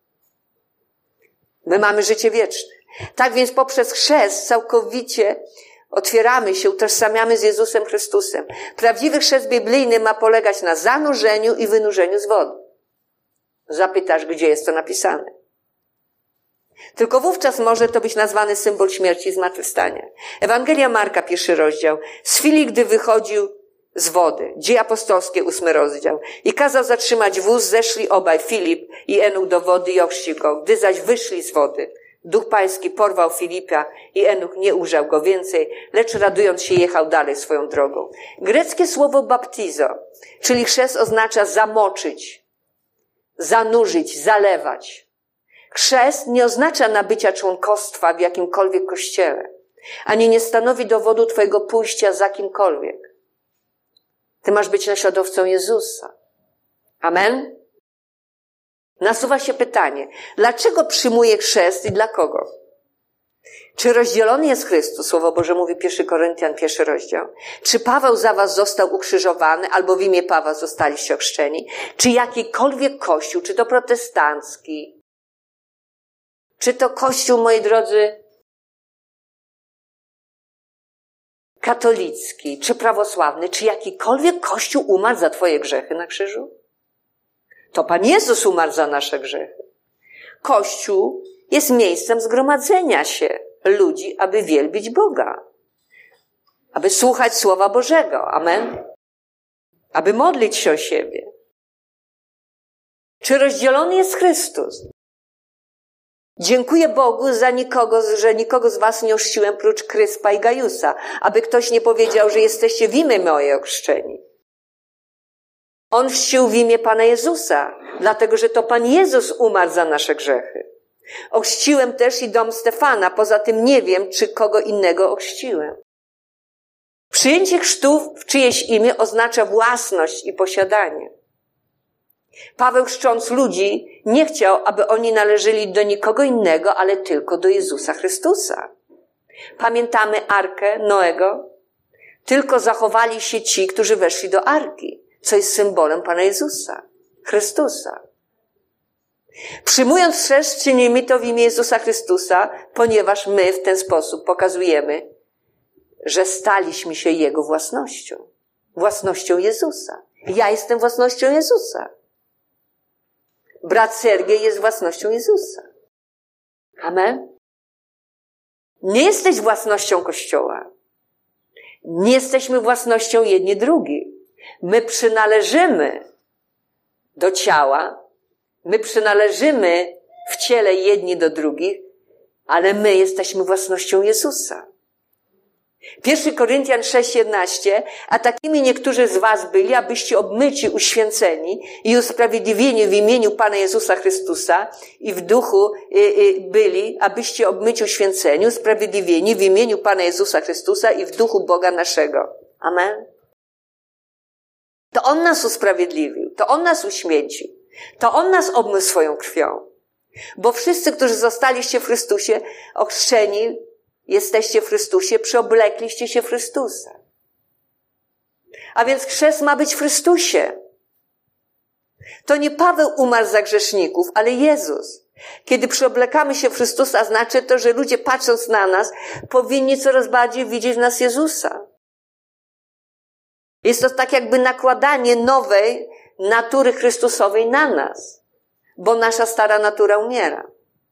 My mamy życie wieczne. Tak więc poprzez chrzest całkowicie otwieramy się, utożsamiamy z Jezusem Chrystusem. Prawdziwy chrzest biblijny ma polegać na zanurzeniu i wynurzeniu z wody. Zapytasz, gdzie jest to napisane? Tylko wówczas może to być nazwany symbol śmierci i zmartwychwstania. Ewangelia Marka, pierwszy rozdział. Z chwili, gdy wychodził z wody, Dzieje apostolskie, ósmy rozdział, i kazał zatrzymać wóz, zeszli obaj, Filip i Enuch, do wody i ochrzcił go. Gdy zaś wyszli z wody, Duch Pański porwał Filipa i Enuch nie ujrzał go więcej, lecz radując się jechał dalej swoją drogą. Greckie słowo baptizo, czyli chrzest, oznacza zamoczyć, zanurzyć, zalewać. Chrzest nie oznacza nabycia członkostwa w jakimkolwiek kościele, ani nie stanowi dowodu twojego pójścia za kimkolwiek. Ty masz być naśladowcą Jezusa. Amen? Nasuwa się pytanie, dlaczego przyjmuje chrzest i dla kogo? Czy rozdzielony jest Chrystus? Słowo Boże mówi pierwszy Koryntian, pierwszy rozdział. Czy Paweł za was został ukrzyżowany, albo w imię Pawła zostaliście ochrzczeni? Czy jakikolwiek kościół, czy to protestancki, czy to kościół, moi drodzy, katolicki, czy prawosławny, czy jakikolwiek kościół umarł za twoje grzechy na krzyżu? To Pan Jezus umarł za nasze grzechy. Kościół jest miejscem zgromadzenia się ludzi, aby wielbić Boga, aby słuchać Słowa Bożego. Amen? Aby modlić się o siebie. Czy rozdzielony jest Chrystus? Dziękuję Bogu za nikogo, że nikogo z was nie ochrzciłem prócz Kryspa i Gajusa, aby ktoś nie powiedział, że jesteście w imię moje ochrzczeni. On chrzcił w imię Pana Jezusa, dlatego że to Pan Jezus umarł za nasze grzechy. Ochrzciłem też i dom Stefana, poza tym nie wiem, czy kogo innego ochrzciłem. Przyjęcie chrztu w czyjeś imię oznacza własność i posiadanie. Paweł, chrzcząc ludzi, nie chciał, aby oni należeli do nikogo innego, ale tylko do Jezusa Chrystusa. Pamiętamy Arkę Noego? Tylko zachowali się ci, którzy weszli do Arki, co jest symbolem Pana Jezusa, Chrystusa. Przyjmując chrzest, czynimy to w imię Jezusa Chrystusa, ponieważ my w ten sposób pokazujemy, że staliśmy się Jego własnością. Własnością Jezusa. Ja jestem własnością Jezusa. Brat Sergiej jest własnością Jezusa. Amen? Nie jesteś własnością Kościoła. Nie jesteśmy własnością jedni drugich. My przynależymy do ciała, my przynależymy w ciele jedni do drugich, ale my jesteśmy własnością Jezusa. Pierwszy Koryntian sześć jedenaście, a takimi niektórzy z was byli, abyście obmyci, uświęceni i usprawiedliwieni w imieniu Pana Jezusa Chrystusa i w duchu byli, abyście obmyci, uświęceni, usprawiedliwieni w imieniu Pana Jezusa Chrystusa i w duchu Boga naszego. Amen. To On nas usprawiedliwił, to On nas uświęcił, to On nas obmył swoją krwią. Bo wszyscy, którzy zostaliście w Chrystusie ochrzczeni, jesteście w Chrystusie, przyoblekliście się w Chrystusa. A więc chrzest ma być w Chrystusie. To nie Paweł umarł za grzeszników, ale Jezus. Kiedy przyoblekamy się w Chrystusa, znaczy to, że ludzie patrząc na nas, powinni coraz bardziej widzieć w nas Jezusa. Jest to tak jakby nakładanie nowej natury Chrystusowej na nas, bo nasza stara natura umiera.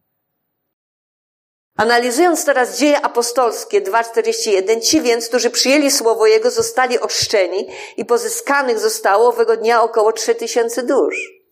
Analizując teraz Dzieje apostolskie dwa czterdzieści jeden, ci więc, którzy przyjęli słowo Jego, zostali ochrzczeni i pozyskanych zostało owego dnia około trzy tysiące dusz.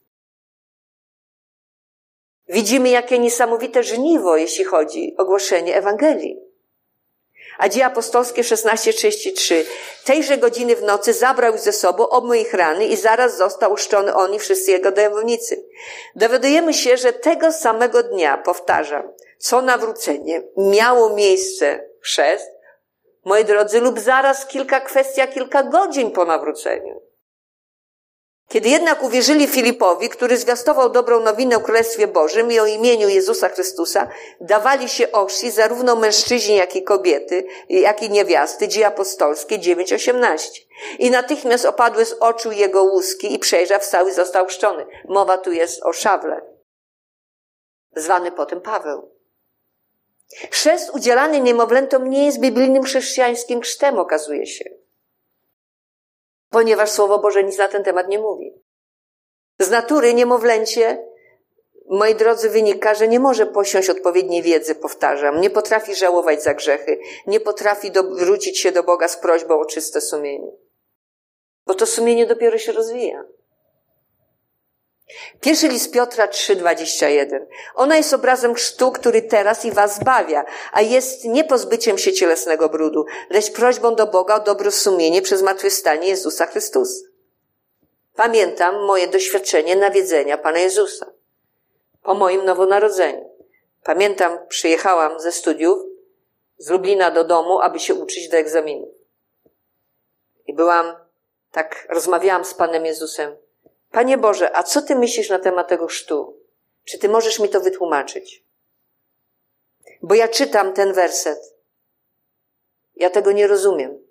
Widzimy, jakie niesamowite żniwo, jeśli chodzi o głoszenie Ewangelii. A Dzieje apostolskie szesnaście trzydzieści trzy. Tejże godziny w nocy zabrał ich ze sobą, obmył ich rany i zaraz został uszczony on i wszyscy jego domownicy. Dowiadujemy się, że tego samego dnia, powtarzam, co nawrócenie miało miejsce chrzest, moi drodzy, lub zaraz kilka kwestia, kilka godzin po nawróceniu. Kiedy jednak uwierzyli Filipowi, który zwiastował dobrą nowinę o Królestwie Bożym i o imieniu Jezusa Chrystusa, dawali się ochrzcić zarówno mężczyźni, jak i kobiety, jak i niewiasty. Dzieje apostolskie dziewięć osiemnaście. I natychmiast opadły z oczu jego łuski i przejrzał, wstał i został chrzczony. Mowa tu jest o Szawle, zwany potem Paweł. Chrzest udzielany niemowlętom nie jest biblijnym chrześcijańskim chrztem, okazuje się. Ponieważ Słowo Boże nic na ten temat nie mówi. Z natury niemowlęcie, moi drodzy, wynika, że nie może posiąść odpowiedniej wiedzy, powtarzam, nie potrafi żałować za grzechy, nie potrafi do, wrócić się do Boga z prośbą o czyste sumienie. Bo to sumienie dopiero się rozwija. Pierwszy list Piotra trzy dwadzieścia jeden. Ona jest obrazem chrztu, który teraz i was zbawia, a jest nie pozbyciem się cielesnego brudu, lecz prośbą do Boga o dobre sumienie przez zmartwychwstanie Jezusa Chrystusa. Pamiętam moje doświadczenie nawiedzenia Pana Jezusa po moim nowonarodzeniu. Pamiętam, przyjechałam ze studiów z Lublina do domu, aby się uczyć do egzaminu. I byłam, tak rozmawiałam z Panem Jezusem. Panie Boże, a co Ty myślisz na temat tego chrztu? Czy Ty możesz mi to wytłumaczyć? Bo ja czytam ten werset. Ja tego nie rozumiem.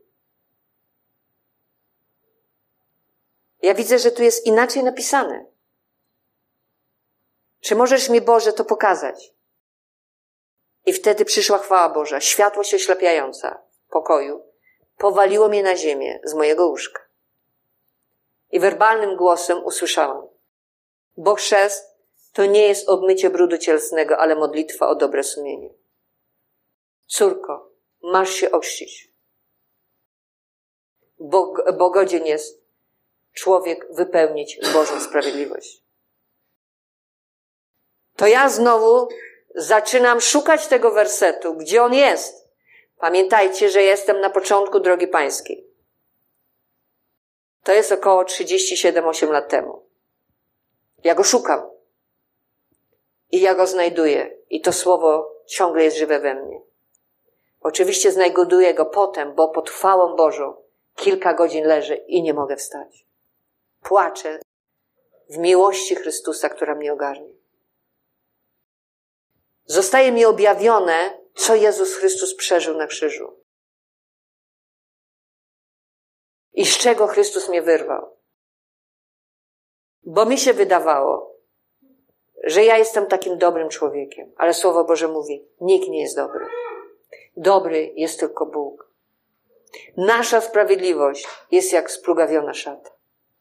Ja widzę, że tu jest inaczej napisane. Czy możesz mi, Boże, to pokazać? I wtedy przyszła chwała Boża, światłość oślepiająca w pokoju. Powaliło mnie na ziemię z mojego łóżka. I werbalnym głosem usłyszałam: bo chrzest to nie jest obmycie brudu cielesnego, ale modlitwa o dobre sumienie. Córko, masz się ochrzcić. Bo, bo godzien jest człowiek wypełnić Bożą sprawiedliwość. To ja znowu zaczynam szukać tego wersetu, gdzie on jest. Pamiętajcie, że jestem na początku drogi pańskiej. To jest około trzydzieści siedem osiem lat temu. Ja go szukam. I ja go znajduję. I to słowo ciągle jest żywe we mnie. Oczywiście znajduję go potem, bo pod chwałą Bożą kilka godzin leżę i nie mogę wstać. Płaczę w miłości Chrystusa, która mnie ogarnie. Zostaje mi objawione, co Jezus Chrystus przeżył na krzyżu. I z czego Chrystus mnie wyrwał. Bo mi się wydawało, że ja jestem takim dobrym człowiekiem. Ale Słowo Boże mówi, nikt nie jest dobry. Dobry jest tylko Bóg. Nasza sprawiedliwość jest jak splugawiona szata.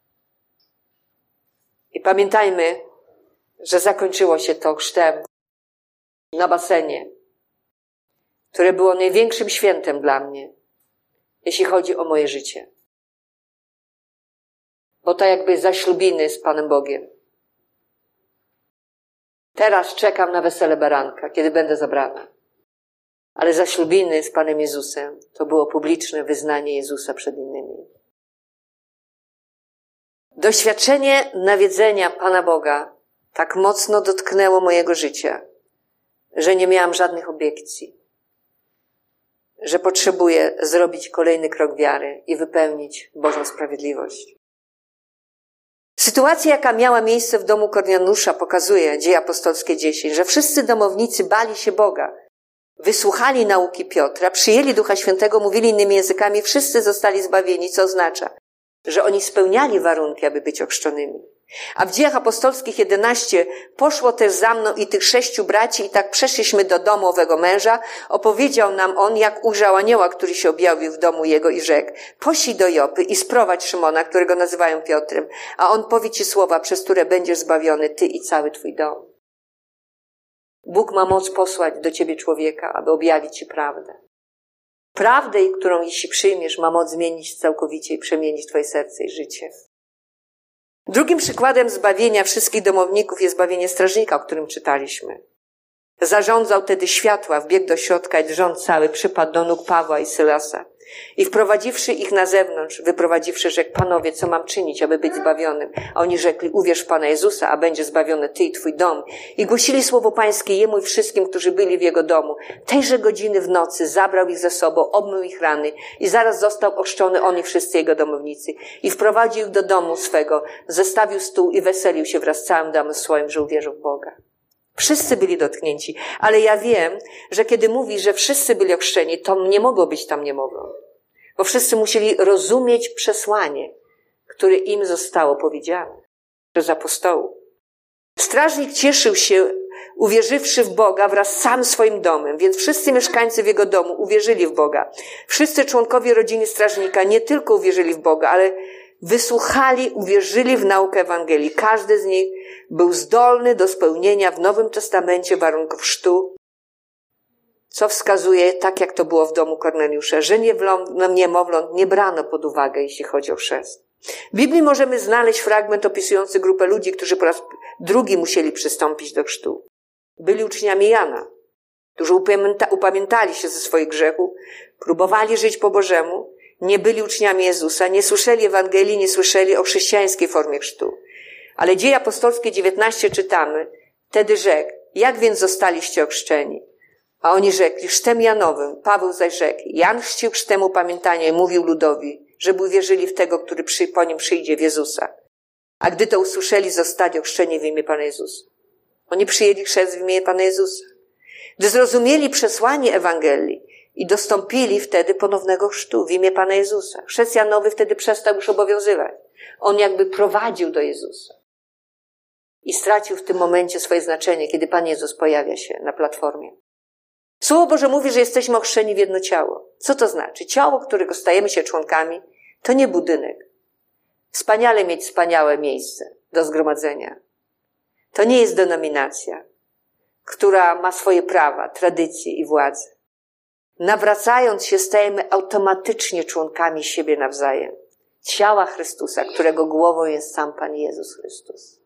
I pamiętajmy, że zakończyło się to chrztem na basenie, które było największym świętem dla mnie, jeśli chodzi o moje życie. Bo to jakby zaślubiny z Panem Bogiem. Teraz czekam na wesele baranka, kiedy będę zabrana. Ale zaślubiny z Panem Jezusem to było publiczne wyznanie Jezusa przed innymi. Doświadczenie nawiedzenia Pana Boga tak mocno dotknęło mojego życia, że nie miałam żadnych obiekcji, że potrzebuję zrobić kolejny krok wiary i wypełnić Bożą sprawiedliwość. Sytuacja, jaka miała miejsce w domu Korneliusza, pokazuje, Dzieje apostolskie dziesięć, że wszyscy domownicy bali się Boga. Wysłuchali nauki Piotra, przyjęli Ducha Świętego, mówili innymi językami, wszyscy zostali zbawieni, co oznacza, że oni spełniali warunki, aby być ochrzczonymi. A w Dziejach Apostolskich jedenaście poszło też za mną i tych sześciu braci i tak przeszliśmy do domu owego męża. Opowiedział nam on, jak ujrzał anioła, który się objawił w domu jego i rzekł: poślij do Jopy i sprowadź Szymona, którego nazywają Piotrem, a on powie ci słowa, przez które będziesz zbawiony, ty i cały twój dom. Bóg ma moc posłać do ciebie człowieka, aby objawić ci prawdę. Prawdę, którą jeśli przyjmiesz, ma moc zmienić całkowicie i przemienić twoje serce i życie. Drugim przykładem zbawienia wszystkich domowników jest zbawienie strażnika, o którym czytaliśmy. Zarządzał tedy światła, wbiegł do środka i drżąc cały przypadł do nóg Pawła i Sylasa. I wprowadziwszy ich na zewnątrz, wyprowadziwszy, rzekł: panowie, co mam czynić, aby być zbawionym? A oni rzekli: uwierz w Pana Jezusa, a będzie zbawiony ty i twój dom. I głosili słowo pańskie jemu i wszystkim, którzy byli w jego domu. Tejże godziny w nocy zabrał ich ze sobą, obmył ich rany i zaraz został ochrzczony on i wszyscy jego domownicy. I wprowadził ich do domu swego, zestawił stół i weselił się wraz z całym domem swoim, że uwierzył w Boga. Wszyscy byli dotknięci, ale ja wiem, że kiedy mówi, że wszyscy byli ochrzczeni, to nie mogło być tam niemowląt. Bo wszyscy musieli rozumieć przesłanie, które im zostało powiedziane przez apostołów. Strażnik cieszył się, uwierzywszy w Boga wraz z całym swoim domem, więc wszyscy mieszkańcy w jego domu uwierzyli w Boga. Wszyscy członkowie rodziny strażnika nie tylko uwierzyli w Boga, ale wysłuchali, uwierzyli w naukę Ewangelii. Każdy z nich był zdolny do spełnienia w Nowym Testamencie warunków chrztu, co wskazuje, tak jak to było w domu Korneliusza, że niemowląt nie brano pod uwagę, jeśli chodzi o chrzest. W Biblii możemy znaleźć fragment opisujący grupę ludzi, którzy po raz drugi musieli przystąpić do chrztu. Byli uczniami Jana, którzy upamiętali się ze swoich grzechów, próbowali żyć po Bożemu, nie byli uczniami Jezusa, nie słyszeli Ewangelii, nie słyszeli o chrześcijańskiej formie chrztu. Ale Dzieje Apostolskie dziewiętnaście czytamy: wtedy rzekł: jak więc zostaliście ochrzczeni? A oni rzekli: chrztem Janowym. Paweł zaś rzekł: Jan chrzcił chrztem upamiętania i mówił ludowi, żeby uwierzyli w tego, który przy, po nim przyjdzie, w Jezusa. A gdy to usłyszeli, zostali ochrzczeni w imię Pana Jezusa. Oni przyjęli chrzest w imię Pana Jezusa. Gdy zrozumieli przesłanie Ewangelii i dostąpili wtedy ponownego chrztu w imię Pana Jezusa. Chrzest Janowy wtedy przestał już obowiązywać. On jakby prowadził do Jezusa. I stracił w tym momencie swoje znaczenie, kiedy Pan Jezus pojawia się na platformie. Słowo Boże mówi, że jesteśmy ochrzczeni w jedno ciało. Co to znaczy? Ciało, którego stajemy się członkami, to nie budynek. Wspaniale mieć wspaniałe miejsce do zgromadzenia. To nie jest denominacja, która ma swoje prawa, tradycje i władzę. Nawracając się, stajemy automatycznie członkami siebie nawzajem. Ciała Chrystusa, którego głową jest sam Pan Jezus Chrystus.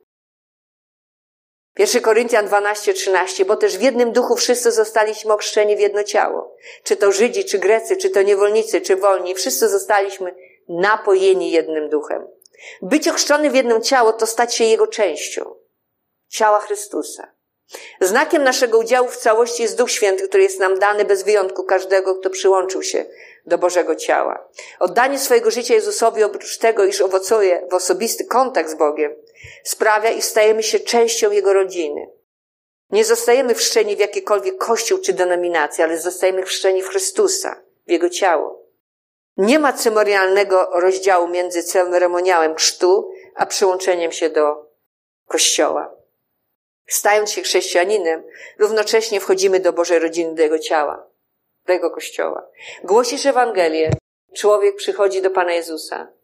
Pierwszy Koryntian dwanaście trzynaście, bo też w jednym duchu wszyscy zostaliśmy ochrzczeni w jedno ciało. Czy to Żydzi, czy Grecy, czy to niewolnicy, czy wolni, wszyscy zostaliśmy napojeni jednym duchem. Być ochrzczony w jedno ciało to stać się jego częścią. Ciała Chrystusa. Znakiem naszego udziału w całości jest Duch Święty, który jest nam dany bez wyjątku każdego, kto przyłączył się do Bożego ciała. Oddanie swojego życia Jezusowi, oprócz tego, iż owocuje w osobisty kontakt z Bogiem, sprawia, iż stajemy się częścią Jego rodziny. Nie zostajemy chrzczeni w jakikolwiek kościół czy denominację, ale zostajemy chrzczeni w Chrystusa, w Jego ciało. Nie ma ceremonialnego rozdziału między ceremoniałem chrztu, a przyłączeniem się do Kościoła. Stając się chrześcijaninem, równocześnie wchodzimy do Bożej rodziny, do Jego ciała, do Jego Kościoła. Głosisz Ewangelię, człowiek przychodzi do Pana Jezusa.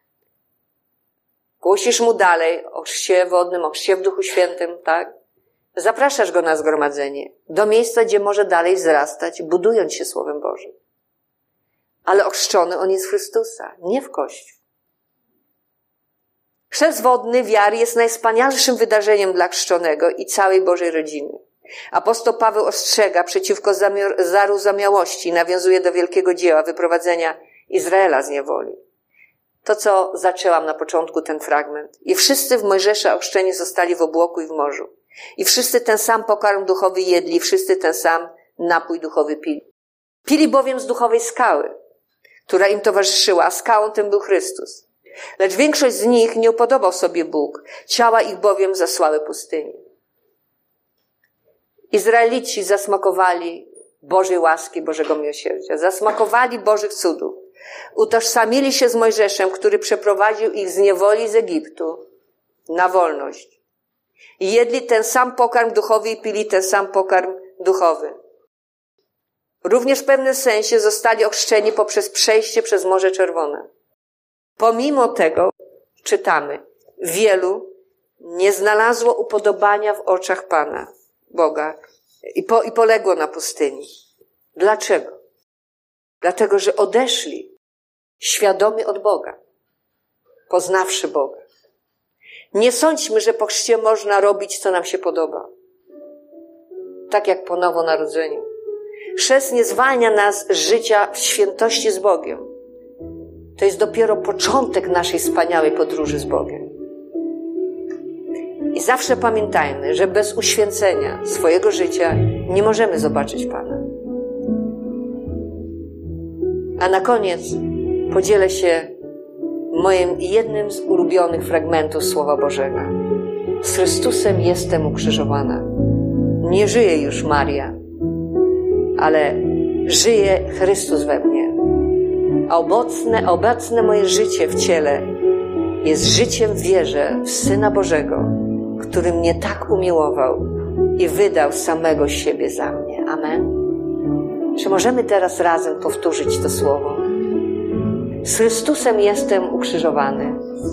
Głosisz mu dalej o chrzcie wodnym, o chrzcie w Duchu Świętym, tak? Zapraszasz go na zgromadzenie, do miejsca, gdzie może dalej wzrastać, budując się Słowem Bożym. Ale ochrzczony on jest w Chrystusa, nie w Kościół. Chrzest wodny wiary jest najwspanialszym wydarzeniem dla chrzczonego i całej Bożej rodziny. Apostoł Paweł ostrzega przeciwko zarozumiałości i nawiązuje do wielkiego dzieła wyprowadzenia Izraela z niewoli. To, co zaczęłam na początku, ten fragment. I wszyscy w Mojżesza ochrzczeni zostali w obłoku i w morzu. I wszyscy ten sam pokarm duchowy jedli, wszyscy ten sam napój duchowy pili. Pili bowiem z duchowej skały, która im towarzyszyła, a skałą tym był Chrystus. Lecz większość z nich nie upodobał sobie Bóg, ciała ich bowiem zasłały pustyni. Izraelici zasmakowali Bożej łaski, Bożego miłosierdzia, zasmakowali Bożych cudów. Utożsamili się z Mojżeszem, który przeprowadził ich z niewoli z Egiptu na wolność. I jedli ten sam pokarm duchowy i pili ten sam pokarm duchowy. Również w pewnym sensie zostali ochrzczeni poprzez przejście przez Morze Czerwone. Pomimo tego, czytamy, wielu nie znalazło upodobania w oczach Pana, Boga i, po, i poległo na pustyni. Dlaczego? Dlatego, że odeszli świadomi od Boga, poznawszy Boga. Nie sądźmy, że po chrzcie można robić, co nam się podoba. Tak jak po nowonarodzeniu. Chrzest nie zwalnia nas z życia w świętości z Bogiem. To jest dopiero początek naszej wspaniałej podróży z Bogiem. I zawsze pamiętajmy, że bez uświęcenia swojego życia nie możemy zobaczyć Pana. A na koniec podzielę się moim jednym z ulubionych fragmentów Słowa Bożego. Z Chrystusem jestem ukrzyżowana. Nie żyje już Maria, ale żyje Chrystus we mnie. A obecne, obecne moje życie w ciele jest życiem w wierze w Syna Bożego, który mnie tak umiłował i wydał samego siebie za mnie. Amen. Czy możemy teraz razem powtórzyć to słowo? Z Chrystusem jestem ukrzyżowany.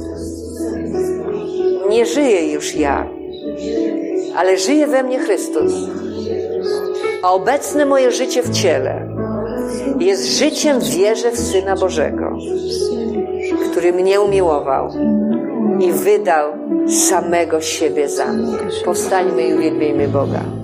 Nie żyję już ja, ale żyje we mnie Chrystus. A obecne moje życie w ciele jest życiem w wierze w Syna Bożego, który mnie umiłował i wydał samego siebie za mnie. Powstańmy i uwielbijmy Boga.